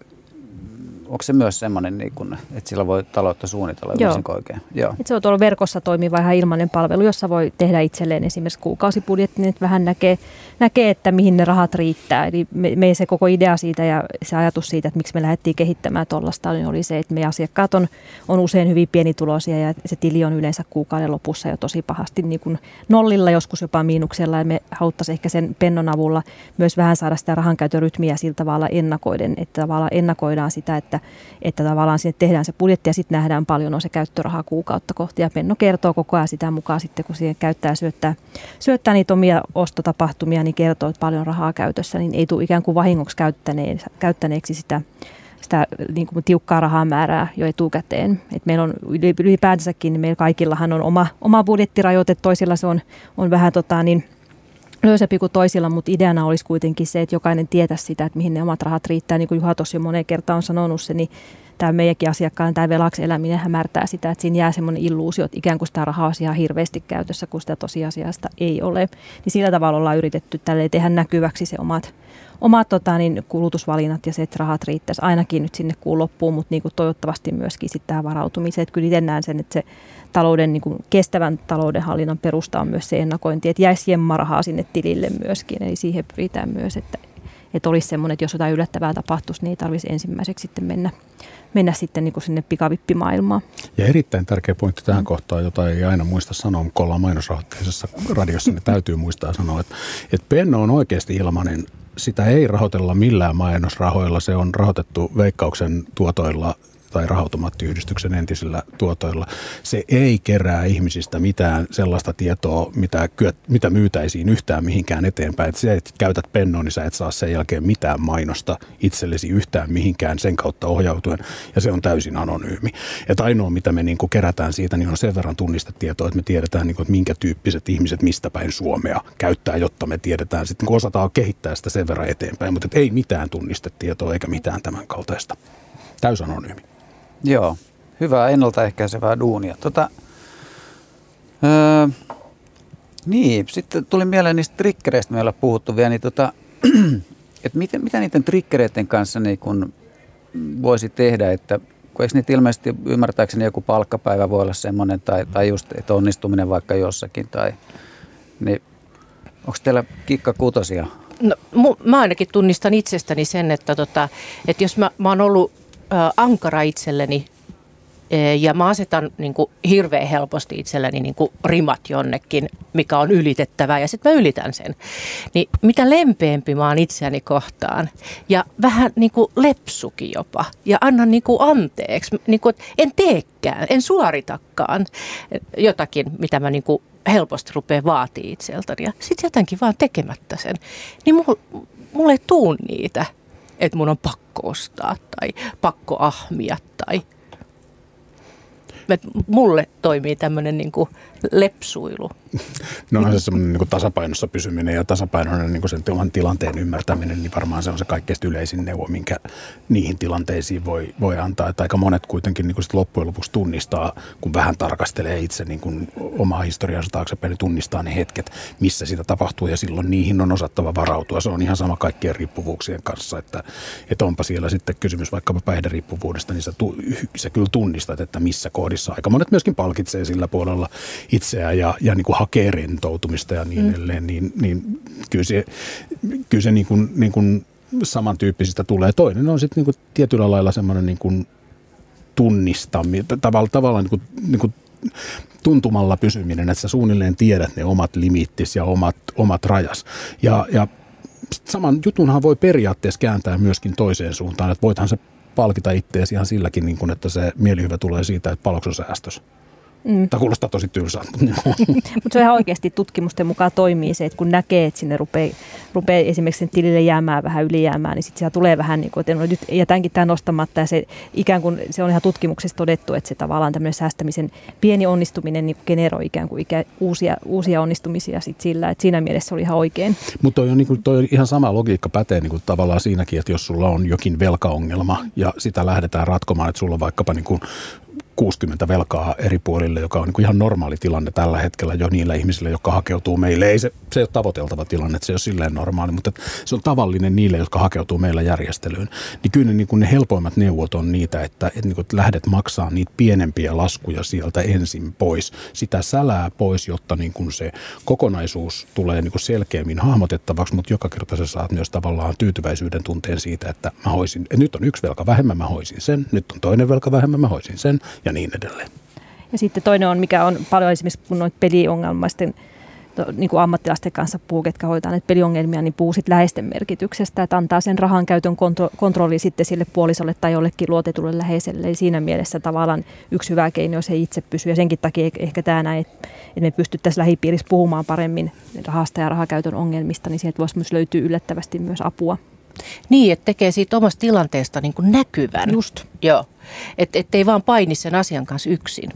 onko se myös semmoinen, niin kun, että sillä voi taloutta suunnitella? Joo. Oikein? Joo. Se on tuolla verkossa toimiva ihan ilmainen palvelu, jossa voi tehdä itselleen esimerkiksi kuukausibudjetti, niin että vähän näkee, näkee, että mihin ne rahat riittää. Eli me, me se koko idea siitä ja se ajatus siitä, että miksi me lähdettiin kehittämään tuollaista, niin oli se, että meidän asiakkaat on, on usein hyvin pienituloisia ja se tili on yleensä kuukauden lopussa jo tosi pahasti niin kuin nollilla, joskus jopa miinuksella. Ja me haluttaisiin ehkä sen Pennon avulla myös vähän saada sitä rahankäytön rytmiä sillä tavalla ennakoiden, että tavallaan ennakoidaan sitä, että Että, että tavallaan sinne tehdään se budjetti ja sitten nähdään paljon on se käyttörahaa kuukautta kohti. Ja Penno kertoo koko ajan sitä mukaan sitten, kun siihen käyttää syöttää, syöttää niitä omia ostotapahtumia, niin kertoo, että paljon rahaa käytössä, niin ei tule ikään kuin vahingoksi käyttäneeksi sitä, sitä niin kuin tiukkaa rahaa määrää jo etukäteen. Et meillä on ylipäätänsäkin, niin meillä kaikillahan on oma, oma budjettirajoite, toisilla se on, on vähän tota niin, löysäpi kuin toisilla, mutta ideana olisi kuitenkin se, että jokainen tietäisi sitä, että mihin ne omat rahat riittää. Niin kuin Juha tuossa jo moneen kertaan on sanonut se, niin tämä meidänkin asiakkaan, tämä velaksi eläminen hämärtää sitä, että siinä jää semmoinen illuusio, että ikään kuin sitä rahaa olisi ihan hirveästi käytössä, kun sitä tosiasiasta ei ole. Niin sillä tavalla ollaan yritetty tälleen tehdä näkyväksi se omat, omat tota, niin kulutusvalinnat ja se, että rahat riittäisi ainakin nyt sinne kuun loppuun, mutta niin kuin toivottavasti myöskin sitten tähän varautumiseen. Että kyllä itse näen sen, että se talouden, niin kuin kestävän taloudenhallinnan perusta on myös se ennakointi, että jäisi jemmarahaa sinne tilille myöskin. Eli siihen pyritään myös, että, että olisi semmoinen, että jos jotain yllättävää tapahtuisi, niin ei tarvitsisi ensimmäiseksi sitten mennä, mennä sitten niin kuin sinne pikavippimaailmaan. Ja erittäin tärkeä pointti tähän mm. kohtaan, jota ei aina muista sanoa, kun ollaan mainosrahoitteisessa radiossa, niin täytyy muistaa sanoa, että, että Penno on oikeasti ilmainen. Sitä ei rahoitella millään mainosrahoilla, se on rahoitettu Veikkauksen tuotoilla tai raha-automaattiyhdistyksen entisillä tuotoilla. Se ei kerää ihmisistä mitään sellaista tietoa, mitä, mitä myytäisiin yhtään mihinkään eteenpäin. Et se, että käytät Pennoa, niin sä et saa sen jälkeen mitään mainosta itsellesi yhtään mihinkään sen kautta ohjautuen, ja se on täysin anonyymi. Et ainoa, mitä me niinku kerätään siitä, niin on sen verran tunnistetietoa, että me tiedetään, niinku, että minkä tyyppiset ihmiset mistä päin Suomea käyttää, jotta me tiedetään, sitten kun osataan kehittää sitä sen verran eteenpäin, mutta ei mitään tunnistetietoa eikä mitään tämän kaltaista. Täysin anonyymi. Joo, hyvää ennaltaehkäisevää duunia. Tota, öö, niin, sitten tuli mieleen niistä triggereistä, me ollaan puhuttu vielä, niin tota, että miten, mitä niiden triggereiden kanssa niin kun voisi tehdä, että kun eikö niitä ilmeisesti ymmärtääkseni joku palkkapäivä voi olla semmoinen, tai, tai just, että onnistuminen vaikka jossakin, tai niin onko teillä kikkakutosia? No, mä ainakin tunnistan itsestäni sen, että, tota, että jos mä, mä oon ollut ä, ankara itselleni ä, ja mä asetan niin kuin, hirveän helposti itselleni niin kuin, rimat jonnekin, mikä on ylitettävää, ja sitten mä ylitän sen. Niin mitä lempeämpi mä oon itseäni kohtaan ja vähän niin kuin lepsukin jopa ja annan niin kuin anteeksi, niin kuin, en teekään, en suoritakaan jotakin, mitä mä niin kuin helposti rupeaa vaatii itseltäni ja sitten jätänkin vaan tekemättä sen, niin mulla mul ei tuu niitä, että mun on pakko ostaa tai pakko ahmia tai että mulle toimii tämmöinen niinku lepsuilu. No on se semmoinen niin kuin tasapainossa pysyminen ja tasapainoinen niin kuin sen oman tilanteen ymmärtäminen, niin varmaan se on se kaikkein yleisin neuvo, minkä niihin tilanteisiin voi, voi antaa. Että aika monet kuitenkin niin kuin sit loppujen lopuksi tunnistaa, kun vähän tarkastelee itse niin kuin omaa historiansa taaksepäin, niin tunnistaa ne hetket, missä sitä tapahtuu, ja silloin niihin on osattava varautua. Se on ihan sama kaikkien riippuvuuksien kanssa, että, että onpa siellä sitten kysymys vaikkapa päihderiippuvuudesta, niin sä, tu, sä kyllä tunnistat, että missä kohdissa. Aika monet myöskin palkitsee sillä puolella itseään ja, ja niin kuin hakee rentoutumista ja niin edelleen, mm. niin, niin kyllä se, kyllä se niin kuin, niin kuin samantyyppisistä tulee. Toinen on sitten niin kuin tietyllä lailla semmoinen niin kuin tunnistaminen, tavallaan, tavallaan niin kuin, niin kuin tuntumalla pysyminen, että sä suunnilleen tiedät ne omat limittis ja omat, omat rajas. Ja, ja saman jutunhan voi periaatteessa kääntää myöskin toiseen suuntaan, että voithan se palkita itseäsi ihan silläkin, niin kuin, että se mielihyvä tulee siitä, että paljonko on säästössä. Mm. Tämä kuulostaa tosi tylsältä. Mutta se ihan oikeasti tutkimusten mukaan toimii se, että kun näkee, että sinne rupeaa, rupeaa esimerkiksi sen tilille jäämään vähän ylijäämään, niin sitten siellä tulee vähän niin kuin, että no nyt jätänkin tämä nostamatta. Ja se ikään kuin se on ihan tutkimuksessa todettu, että se tavallaan tämmöinen säästämisen pieni onnistuminen niin kuin generoi ikään kuin ikä, uusia, uusia onnistumisia sit sillä, että siinä mielessä se oli ihan oikein. Mutta toi on, niin kuin, toi on ihan sama logiikka pätee niin kuin tavallaan siinäkin, että jos sulla on jokin velkaongelma ja sitä lähdetään ratkomaan, että sulla on vaikkapa niin kuin kuusikymmentä velkaa eri puolille, joka on niin kuin ihan normaali tilanne tällä hetkellä jo niillä ihmisillä, jotka hakeutuu meille. Ei se, se ei ole tavoiteltava tilanne, että se ei ole silleen normaali, mutta se on tavallinen niille, jotka hakeutuu meillä järjestelyyn. Niin kyllä ne, niin kuin ne helpoimmat neuvot on niitä, että, että, niin kuin, että lähdet maksaa niitä pienempiä laskuja sieltä ensin pois. Sitä sälää pois, jotta niin kuin se kokonaisuus tulee niin kuin selkeämmin hahmotettavaksi, mutta joka kerta sä saat myös tavallaan tyytyväisyyden tunteen siitä, että mä hoisin, että nyt on yksi velka vähemmän, mä hoisin sen, nyt on toinen velka vähemmän, mä hoisin sen. Ja niin edelleen. Ja sitten toinen on, mikä on paljon esimerkiksi kun noita peliongelmaisten niin kuin ammattilaisten kanssa puhuu, ketkä hoitaa näitä peliongelmia, niin puhuu sitten läheisten merkityksestä, että antaa sen rahan käytön kontro- kontrolli sitten sille puolisolle tai jollekin luotetulle läheiselle. Eli siinä mielessä tavallaan yksi hyvä keino, jos he itse pysyy. Ja senkin takia ehkä tämä näin, että me pystyttäisiin lähipiirissä puhumaan paremmin rahasta ja rahakäytön ongelmista, niin sieltä voisi myös löytyä yllättävästi myös apua. Niin, että tekee siitä omasta tilanteesta niin kuin näkyvän. Just. Joo, että ettei vaan paini sen asian kanssa yksin.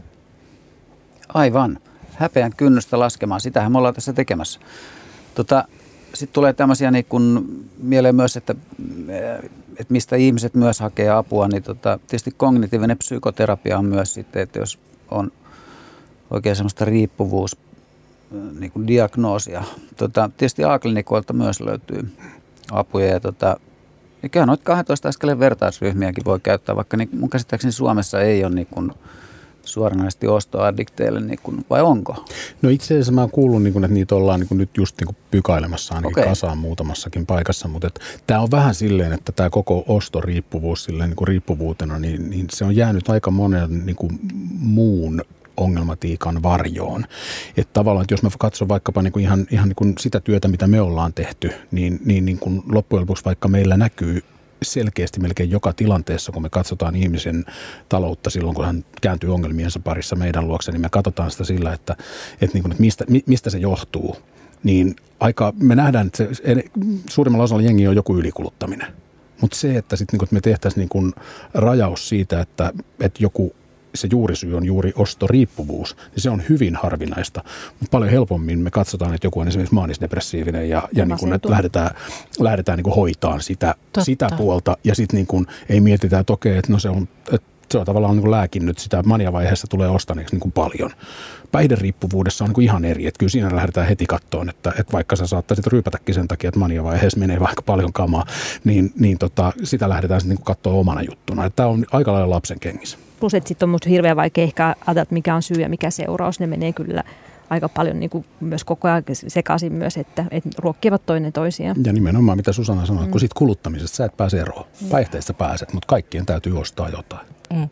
Aivan. Häpeän kynnystä laskemaan. Sitähän me ollaan tässä tekemässä. Tota, sitten tulee tämmöisiä niin kun mieleen myös, että, että mistä ihmiset myös hakee apua. Niin tota, tietysti kognitiivinen psykoterapia on myös sitten, että jos on oikein semmoista riippuvuus, niin kuin diagnoosia. Tota, tietysti A-klinikoilta myös löytyy apuja ja tota, kyllä noita kaksitoista askeleen vertaisryhmiäkin voi käyttää, vaikka niin, mun käsittääkseni Suomessa ei ole niin kuin suoranaisesti ostoaddikteille, niin kuin, vai onko? No itse asiassa mä oon kuullut, niin kuin, että niitä ollaan niin kuin nyt just niin kuin pykailemassa ainakin Okei. kasaan muutamassakin paikassa, mutta tämä on vähän silleen, että tämä koko ostoriippuvuus silleen, niin kuin riippuvuutena, niin, niin se on jäänyt aika monen niin kuin muun ongelmatiikan varjoon. Että tavallaan, että jos mä katson vaikkapa niin kuin ihan, ihan niin kuin sitä työtä, mitä me ollaan tehty, niin, niin, niin kuin loppujen lopuksi vaikka meillä näkyy selkeästi melkein joka tilanteessa, kun me katsotaan ihmisen taloutta silloin, kun hän kääntyy ongelmiensa parissa meidän luokse, niin me katsotaan sitä sillä, että, että, niin kuin, että mistä, mistä se johtuu. Niin aika, me nähdään, että se, suurimmalla osalla jengiä on joku ylikuluttaminen. Mutta se, että, sit, niin kuin, että me tehtäisiin niin kuin rajaus siitä, että, että joku se juurisyy on juuri ostoriippuvuus, niin se on hyvin harvinaista. Mutta paljon helpommin me katsotaan, että joku on esimerkiksi maanisdepressiivinen ja, ja niin kuin, että lähdetään, lähdetään niin kuin hoitaan sitä, sitä puolta ja sitten niin kuin ei mietitä, että okei, että no se on, että se on tavallaan niin kuin lääkinnyt sitä maniavaiheessa tulee ostaneeksi niin kuin paljon. Päihderiippuvuudessa on niin kuin ihan eri, että kyllä siinä lähdetään heti kattoon, että, että vaikka sä saattaisit ryypätäkin sen takia, että maniavaiheessa menee vaikka paljon kamaa, niin, niin tota, sitä lähdetään sitten niin kuin katsoa omana juttuna. Tämä on aika lailla lapsen kengissä. Plus, että sitten on minusta hirveän vaikea ehkä ajatella, mikä on syy ja mikä seuraus. Ne menee kyllä aika paljon niin kuin myös koko ajan sekaisin myös, että, että ruokkivat toinen toisiaan. Ja nimenomaan, mitä Susanna sanoi, mm. kun siitä kuluttamisesta sä et pääse eroon. Mm. Päihteistä pääset, mutta kaikkien täytyy ostaa jotain. Mm.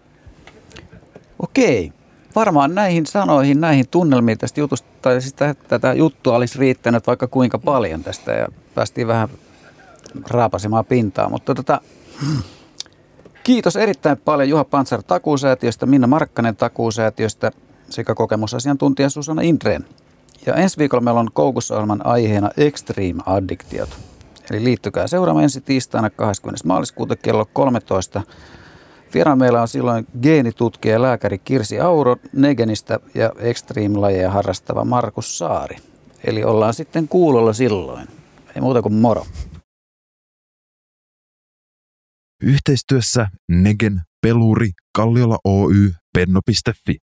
Okei. Varmaan näihin sanoihin, näihin tunnelmiin tästä jutusta, tai siis tätä juttua olisi riittänyt vaikka kuinka paljon tästä, ja päästiin vähän raapasemaan pintaa, mutta tota, kiitos erittäin paljon Juha Pantsar Takuusäätiöstä, Minna Markkanen Takuusäätiöstä sekä kokemusasiantuntija Susanna Indrén. Ja ensi viikolla meillä on Koukussa-ohjelman aiheena Extreme-addiktiot. Eli liittykää seuraamaan ensi tiistaina kahdeskymmenes maaliskuuta kello kolmetoista. Vieraan meillä on silloin geenitutkija ja lääkäri Kirsi Auro Negenistä ja extreme-lajeja harrastava Markus Saari. Eli ollaan sitten kuulolla silloin. Ei muuta kuin moro. Yhteistyössä Negen, Peluri, Kalliola Oy, Penno piste fi.